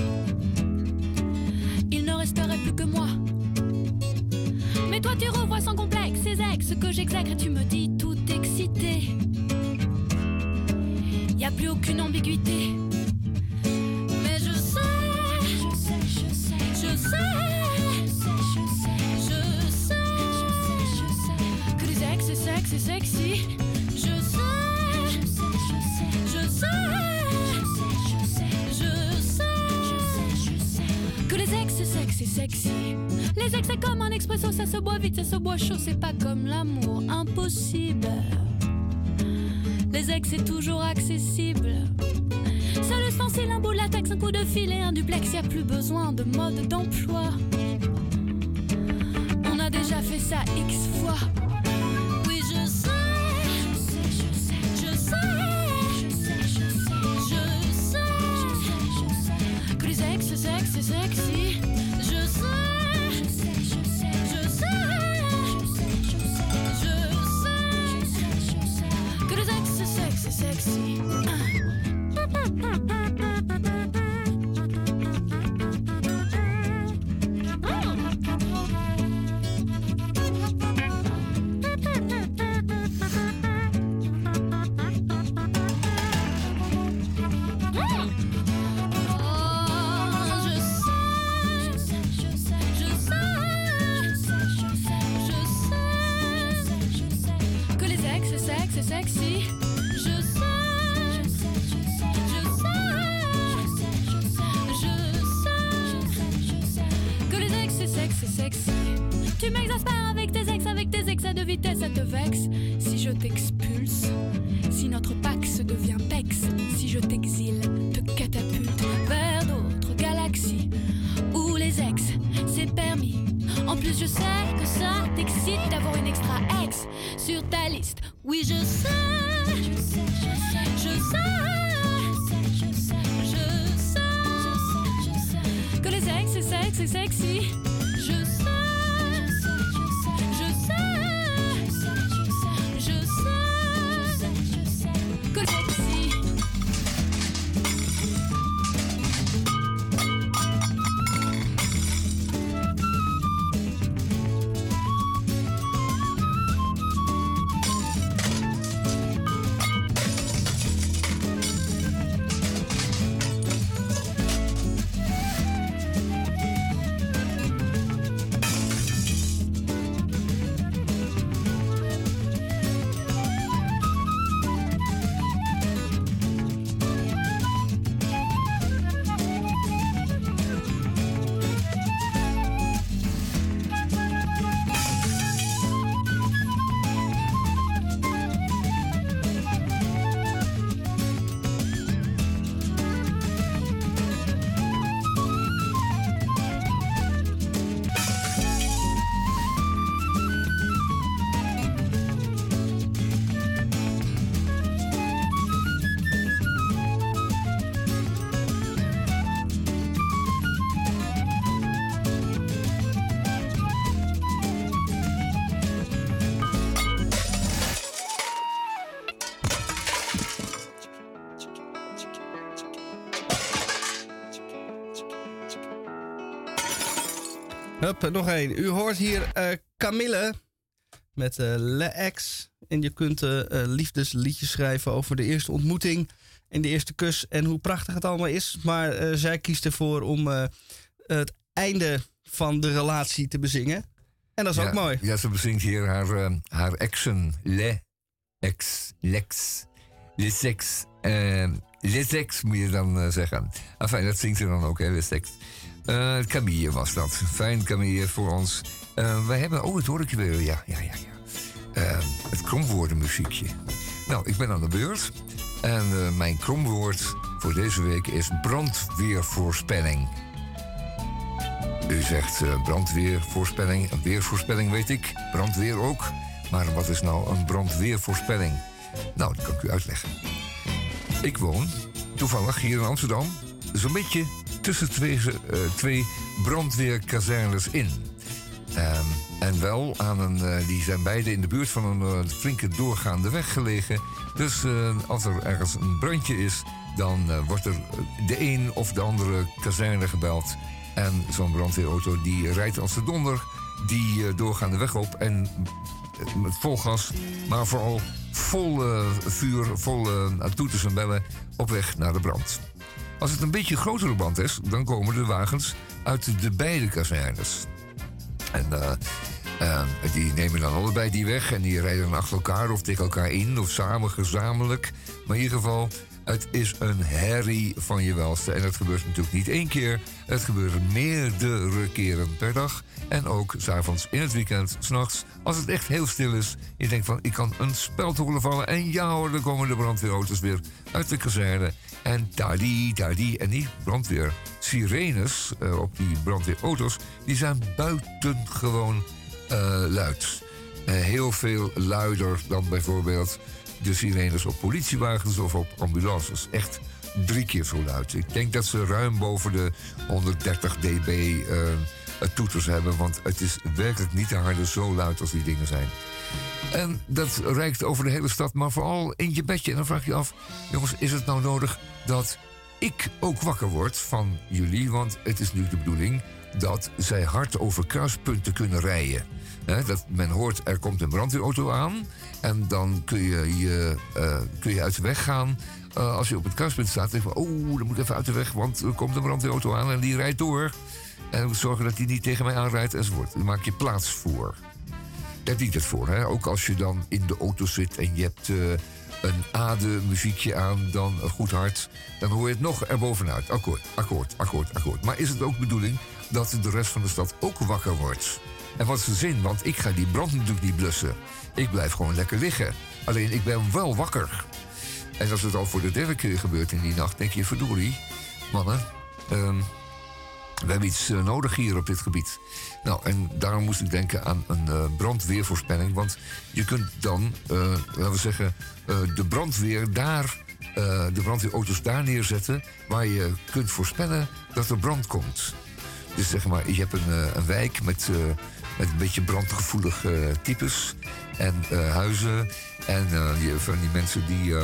Il ne resterait plus que moi. Mais toi tu revois sans complexe ces ex que j'exècre et tu me dis tout excité. Y a plus aucune ambiguïté. Mais je sais, je sais, je sais, je sais, je sais que les ex c'est sexe c'est sexy. Je sais, je sais, je sais, je sais que les ex c'est sexe c'est sexy. Les ex c'est comme un expresso, ça se boit vite, ça se boit chaud, c'est pas comme l'amour, impossible. Les ex c'est toujours accessible. Seul ustensile, un bout de latex, un coup de fil et un duplex, y a plus besoin de mode d'emploi. On a déjà fait ça X fois. Oui je sais, je sais, je sais, je sais, je sais que les ex c'est sexe c'est sexy. Je sais, je sais, je sais, je sais que les ex c'est sexe c'est sexy. Sexy, je sais, je sais, je sais, je sais que les ex c'est sexe c'est sexy. Tu m'exaspères avec tes excès de vitesse, ça te vexe. Si je t'expulse, si notre pax devient pex, si je t'exile, te catapulte vers d'autres galaxies où les ex c'est permis. En plus je sais que ça t'excite d'avoir une extra ex sur ta liste. Oui je sais, je sais, je sais, je sais, je sais que les ex c'est sexe c'est sexy. Je sais, je sais, je sais que les sexy. Hup, nog één. U hoort hier Camille met Le Ex. En je kunt liefdesliedjes schrijven over de eerste ontmoeting en de eerste kus en hoe prachtig het allemaal is. Maar zij kiest ervoor om het einde van de relatie te bezingen. En dat is ook mooi. Ja, ze bezingt hier haar exen. Les ex moet je dan zeggen. Enfin, dat zingt ze dan ook, hè, les ex. Camille was dat. Fijn, Camille, voor ons. Wij hebben... Oh, het hoor ik je weer. Ja. Het kromwoordenmuziekje. Nou, ik ben aan de beurt. En mijn kromwoord voor deze week is brandweervoorspelling. U zegt brandweervoorspelling. Een weervoorspelling weet ik. Brandweer ook. Maar wat is nou een brandweervoorspelling? Nou, dat kan ik u uitleggen. Ik woon toevallig hier in Amsterdam. Zo'n beetje tussen twee brandweerkazernes in. En wel die zijn beide in de buurt van een flinke doorgaande weg gelegen. Dus als er ergens een brandje is, dan wordt er de een of de andere kazerne gebeld. En zo'n brandweerauto die rijdt als de donder die doorgaande weg op. En met vol gas, maar vooral vol vuur, vol toeters en bellen op weg naar de brand. Als het een beetje een grotere brand is, dan komen de wagens uit de beide kazernes. En die nemen dan allebei die weg en die rijden dan achter elkaar of tegen elkaar in of samen gezamenlijk. Maar in ieder geval, het is een herrie van je welste. En dat gebeurt natuurlijk niet één keer. Het gebeurt meerdere keren per dag. En ook 's avonds in het weekend, 's nachts, als het echt heel stil is. Je denkt van, ik kan een speld horen vallen. En ja hoor, dan komen de brandweerauto's weer uit de kazerne. En tadi. En die brandweersirenes op die brandweerauto's, die zijn buitengewoon luid. Heel veel luider dan bijvoorbeeld de sirenes op politiewagens of op ambulances. Echt 3 keer zo luid. Ik denk dat ze ruim boven de 130 dB toeters hebben. Want het is werkelijk niet te harde zo luid als die dingen zijn. En dat reikt over de hele stad, maar vooral in je bedje. En dan vraag je af, jongens, is het nou nodig dat ik ook wakker word van jullie? Want het is nu de bedoeling dat zij hard over kruispunten kunnen rijden. Dat men hoort, er komt een brandweerauto aan. En dan kun je uit de weg gaan. Als je op het kruispunt staat, denk je, oh, dan moet ik even uit de weg, want er komt een brandweerauto aan en die rijdt door. En dan moet zorgen dat die niet tegen mij aanrijdt enzovoort. Daar maak je plaats voor. Daar dient het voor. Hè? Ook als je dan in de auto zit en je hebt een ADE-muziekje aan, dan goed hard, dan hoor je het nog erbovenuit. Akkoord. Maar is het ook bedoeling dat de rest van de stad ook wakker wordt? En wat is de zin? Want ik ga die brand natuurlijk niet blussen. Ik blijf gewoon lekker liggen. Alleen ik ben wel wakker. En als het al voor de 3e keer gebeurt in die nacht, denk je, verdorie, mannen, we hebben iets nodig hier op dit gebied. Nou, en daarom moest ik denken aan een brandweervoorspelling. Want je kunt dan, laten we zeggen, de brandweerauto's daar neerzetten waar je kunt voorspellen dat er brand komt. Dus zeg maar, je hebt een wijk met een beetje brandgevoelige types en huizen. En van die mensen die...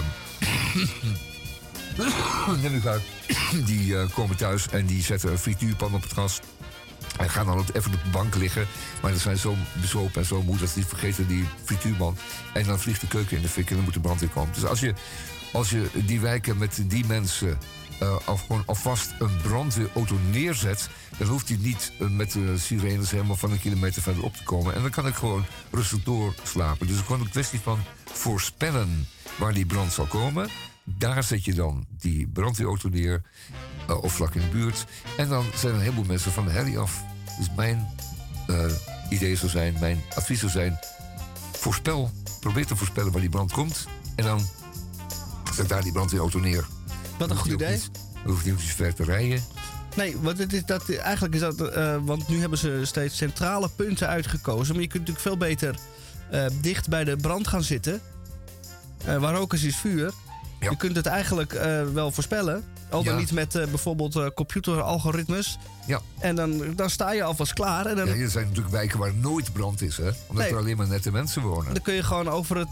neem ik uit. Die komen thuis en die zetten een frituurpan op het gas. En gaan dan even op de bank liggen. Maar dan zijn ze zo bezopen en zo moe dat ze niet vergeten die frituurman. En dan vliegt de keuken in de fik en dan moet de brandweer komen. Dus als je die wijken met die mensen gewoon alvast een brandweerauto neerzet, dan hoeft hij niet met de sirenes helemaal van een kilometer verderop te komen. En dan kan ik gewoon rustig doorslapen. Dus het is gewoon een kwestie van voorspellen waar die brand zal komen. Daar zet je dan die brandweerauto neer, of vlak in de buurt. En dan zijn er een heleboel mensen van de herrie af. Dus mijn idee zou zijn, mijn advies zou zijn, probeer te voorspellen waar die brand komt. En dan zet daar die brandweerauto neer. Wat een goed idee. Dan hoeft niet zo ver te rijden. Nee, want eigenlijk is dat... want nu hebben ze steeds centrale punten uitgekozen. Maar je kunt natuurlijk veel beter dicht bij de brand gaan zitten. Waar rook is vuur. Ja. Je kunt het eigenlijk wel voorspellen. Al dan niet met bijvoorbeeld computeralgoritmes. Ja. En dan sta je alvast klaar. En dan... Ja, er zijn natuurlijk wijken waar nooit brand is, hè? Omdat er alleen maar nette mensen wonen. Dan kun je gewoon over het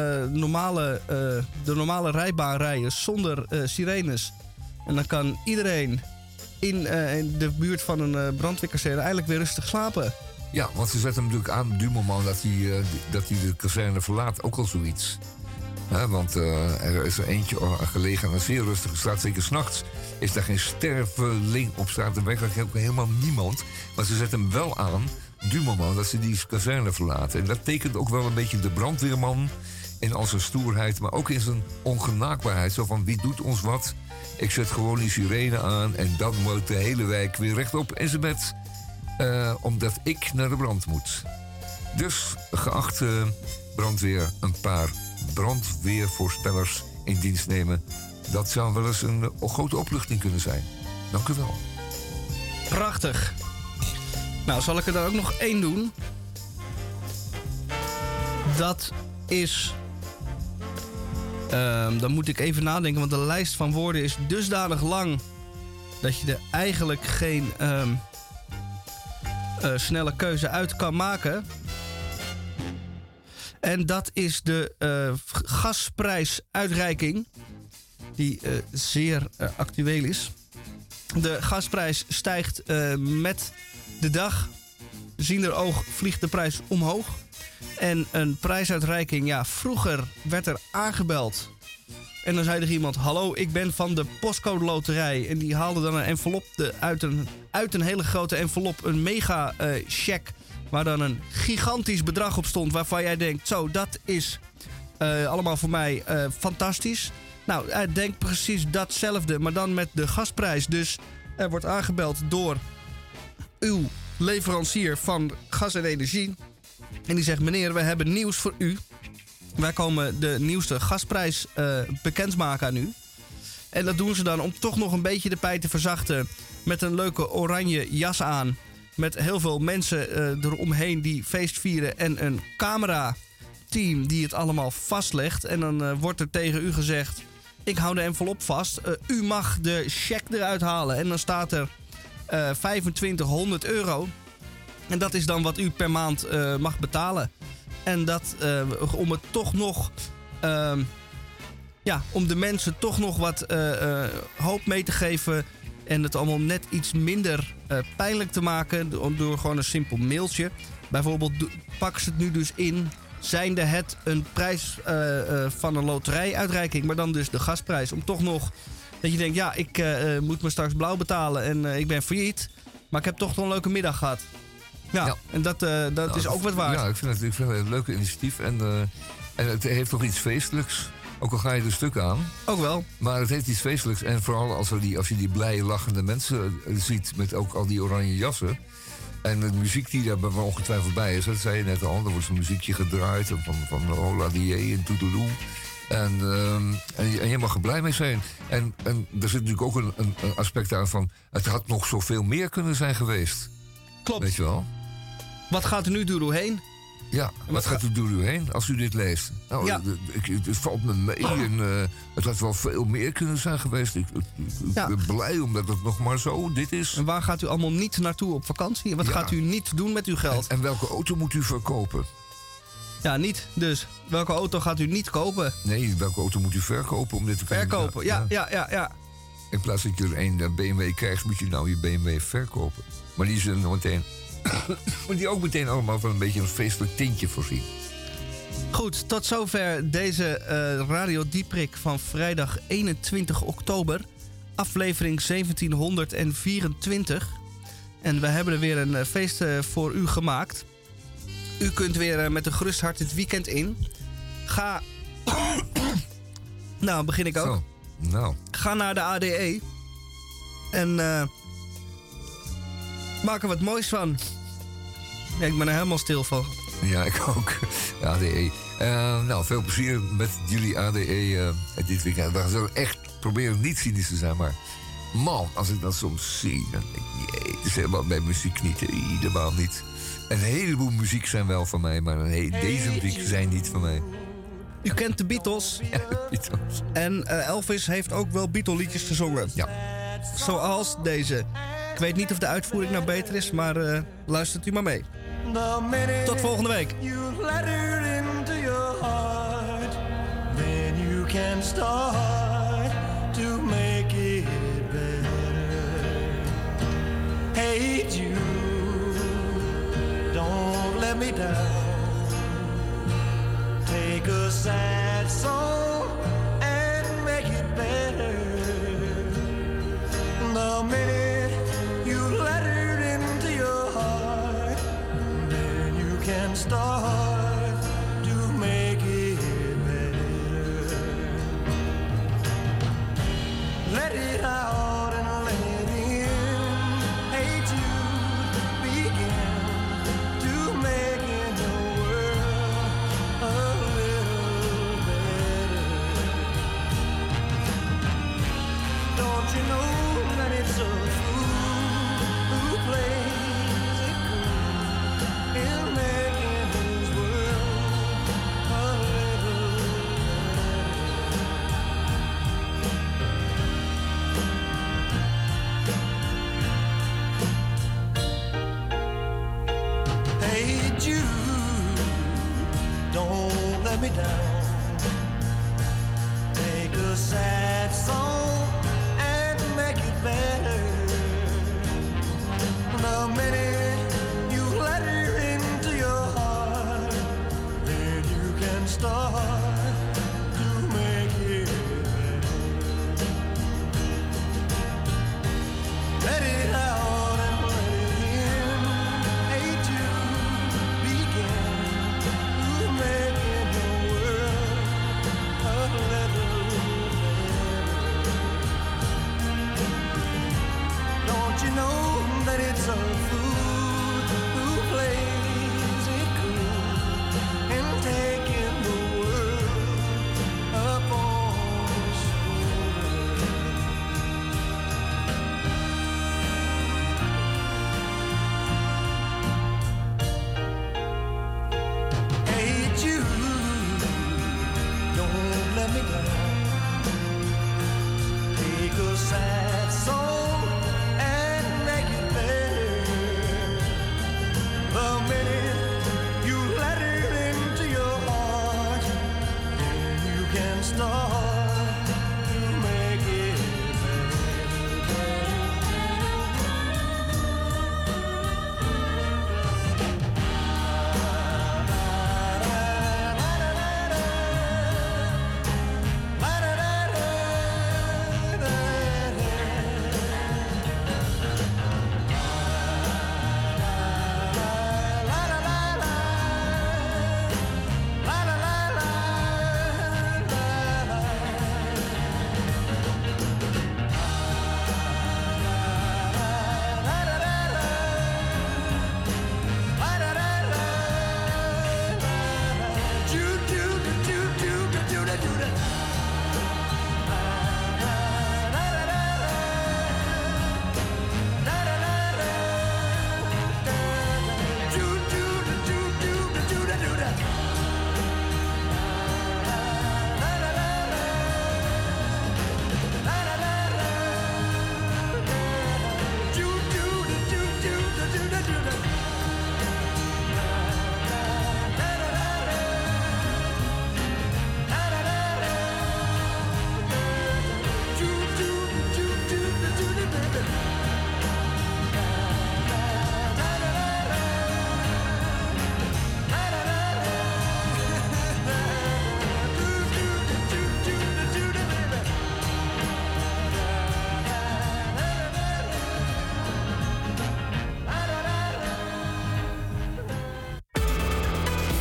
de normale rijbaan rijden zonder sirenes. En dan kan iedereen in de buurt van een brandweerkazerne eigenlijk weer rustig slapen. Ja, want ze zetten hem natuurlijk aan du moment dat hij de kazerne verlaat. Ook al zoiets. Ja, want er is er eentje gelegen aan een zeer rustige straat. Zeker 's nachts is daar geen sterveling op straat. Er werkt ook helemaal niemand. Maar ze zetten hem wel aan du moment dat ze die kazerne verlaten. En dat tekent ook wel een beetje de brandweerman in al zijn stoerheid, maar ook in zijn ongenaakbaarheid. Zo van, wie doet ons wat? Ik zet gewoon die sirene aan en dan moet de hele wijk weer rechtop in zijn bed. Omdat ik naar de brand moet. Dus, geachte brandweer, een paar brandweervoorspellers in dienst nemen. Dat zou wel eens een grote opluchting kunnen zijn. Dank u wel. Prachtig. Nou, zal ik er dan ook nog één doen? Dat is... dan moet ik even nadenken, want de lijst van woorden is dusdanig lang... dat je er eigenlijk geen snelle keuze uit kan maken. En dat is de gasprijsuitreiking, die zeer actueel is. De gasprijs stijgt met de dag. Ziender oog vliegt de prijs omhoog. En een prijsuitreiking, ja, vroeger werd er aangebeld. En dan zei er iemand, hallo, ik ben van de postcode loterij. En die haalde dan een envelop uit een hele grote envelop, een mega cheque. Waar dan een gigantisch bedrag op stond. Waarvan jij denkt, zo, dat is allemaal voor mij fantastisch. Nou, denk precies datzelfde, maar dan met de gasprijs. Dus er wordt aangebeld door uw leverancier van gas en energie. En die zegt, meneer, we hebben nieuws voor u. Wij komen de nieuwste gasprijs bekendmaken aan u. En dat doen ze dan om toch nog een beetje de pijn te verzachten. Met een leuke oranje jas aan. Met heel veel mensen eromheen die feest vieren. En een camerateam die het allemaal vastlegt. En dan wordt er tegen u gezegd, ik hou de envelop vast. U mag de cheque eruit halen. En dan staat er 2500 euro. En dat is dan wat u per maand mag betalen. En dat om het toch nog... om de mensen toch nog wat hoop mee te geven... en het allemaal net iets minder pijnlijk te maken... door gewoon een simpel mailtje. Bijvoorbeeld pakken ze het nu dus in... zijnde het een prijs van een loterijuitreiking... maar dan dus de gasprijs. Om toch nog dat je denkt... ja, ik moet me straks blauw betalen en ik ben failliet... maar ik heb toch nog een leuke middag gehad. Ja. En dat is ook wat waard. Ja, ik vind het een leuk initiatief. En het heeft toch iets feestelijks. Ook al ga je er stuk aan. Ook wel. Maar het heeft iets feestelijks. En vooral als je die blije, lachende mensen ziet... met ook al die oranje jassen. En de muziek die daar ongetwijfeld bij is... dat zei je net al, er wordt zo'n muziekje gedraaid... van Hola Die en Toedeloe. En je mag er blij mee zijn. En er zit natuurlijk ook een aspect aan van... het had nog zoveel meer kunnen zijn geweest. Klopt. Weet je wel? Wat gaat er nu door u heen? Ja, wat gaat er door u heen als u dit leest? Nou, ja. Het valt me mee en het had wel veel meer kunnen zijn geweest. Ik ben blij omdat het nog maar zo dit is. En waar gaat u allemaal niet naartoe op vakantie? En wat gaat u niet doen met uw geld? En welke auto moet u verkopen? Ja, niet dus. Welke auto gaat u niet kopen? Nee, welke auto moet u verkopen om dit te kunnen... Verkopen, ja. In plaats dat je er een BMW krijgt, moet je nou je BMW verkopen. Maar die zullen nog meteen... moet die ook meteen allemaal van een beetje een feestelijk tintje voorzien. Goed, tot zover deze Radio Dieprik van vrijdag 21 oktober. Aflevering 1724. En we hebben er weer een feest voor u gemaakt. U kunt weer met een gerust hart het weekend in. Ga... nou, begin ik ook. Zo, nou. Ga naar de ADE. En maak er wat moois van. Ja, ik ben er helemaal stil van. Ja, ik ook. ADE. Nou, veel plezier met jullie ADE dit weekend. We zullen echt proberen niet cynisch te zijn, maar... man, als ik dat soms zie, dan denk ik... jee, het is helemaal bij muziek niet, helemaal niet. Een heleboel muziek zijn wel van mij, maar deze muziek zijn niet van mij. U kent de Beatles. Ja, de Beatles. En Elvis heeft ook wel Beatle-liedjes gezongen. Ja. Zoals deze. Ik weet niet of de uitvoering nou beter is, maar luistert u maar mee. Tot volgende week. You let it into your heart, then you can start to make it better. Hey Jude, don't let me down. Take a sad song and make it better. The minute you let it into your heart, start to make it better. Let it out and let it in. Hey Jude, begin to make the world a little better. Don't you know that it's a fool who plays it cool in making his world a little better. Hey Jude, don't let me down.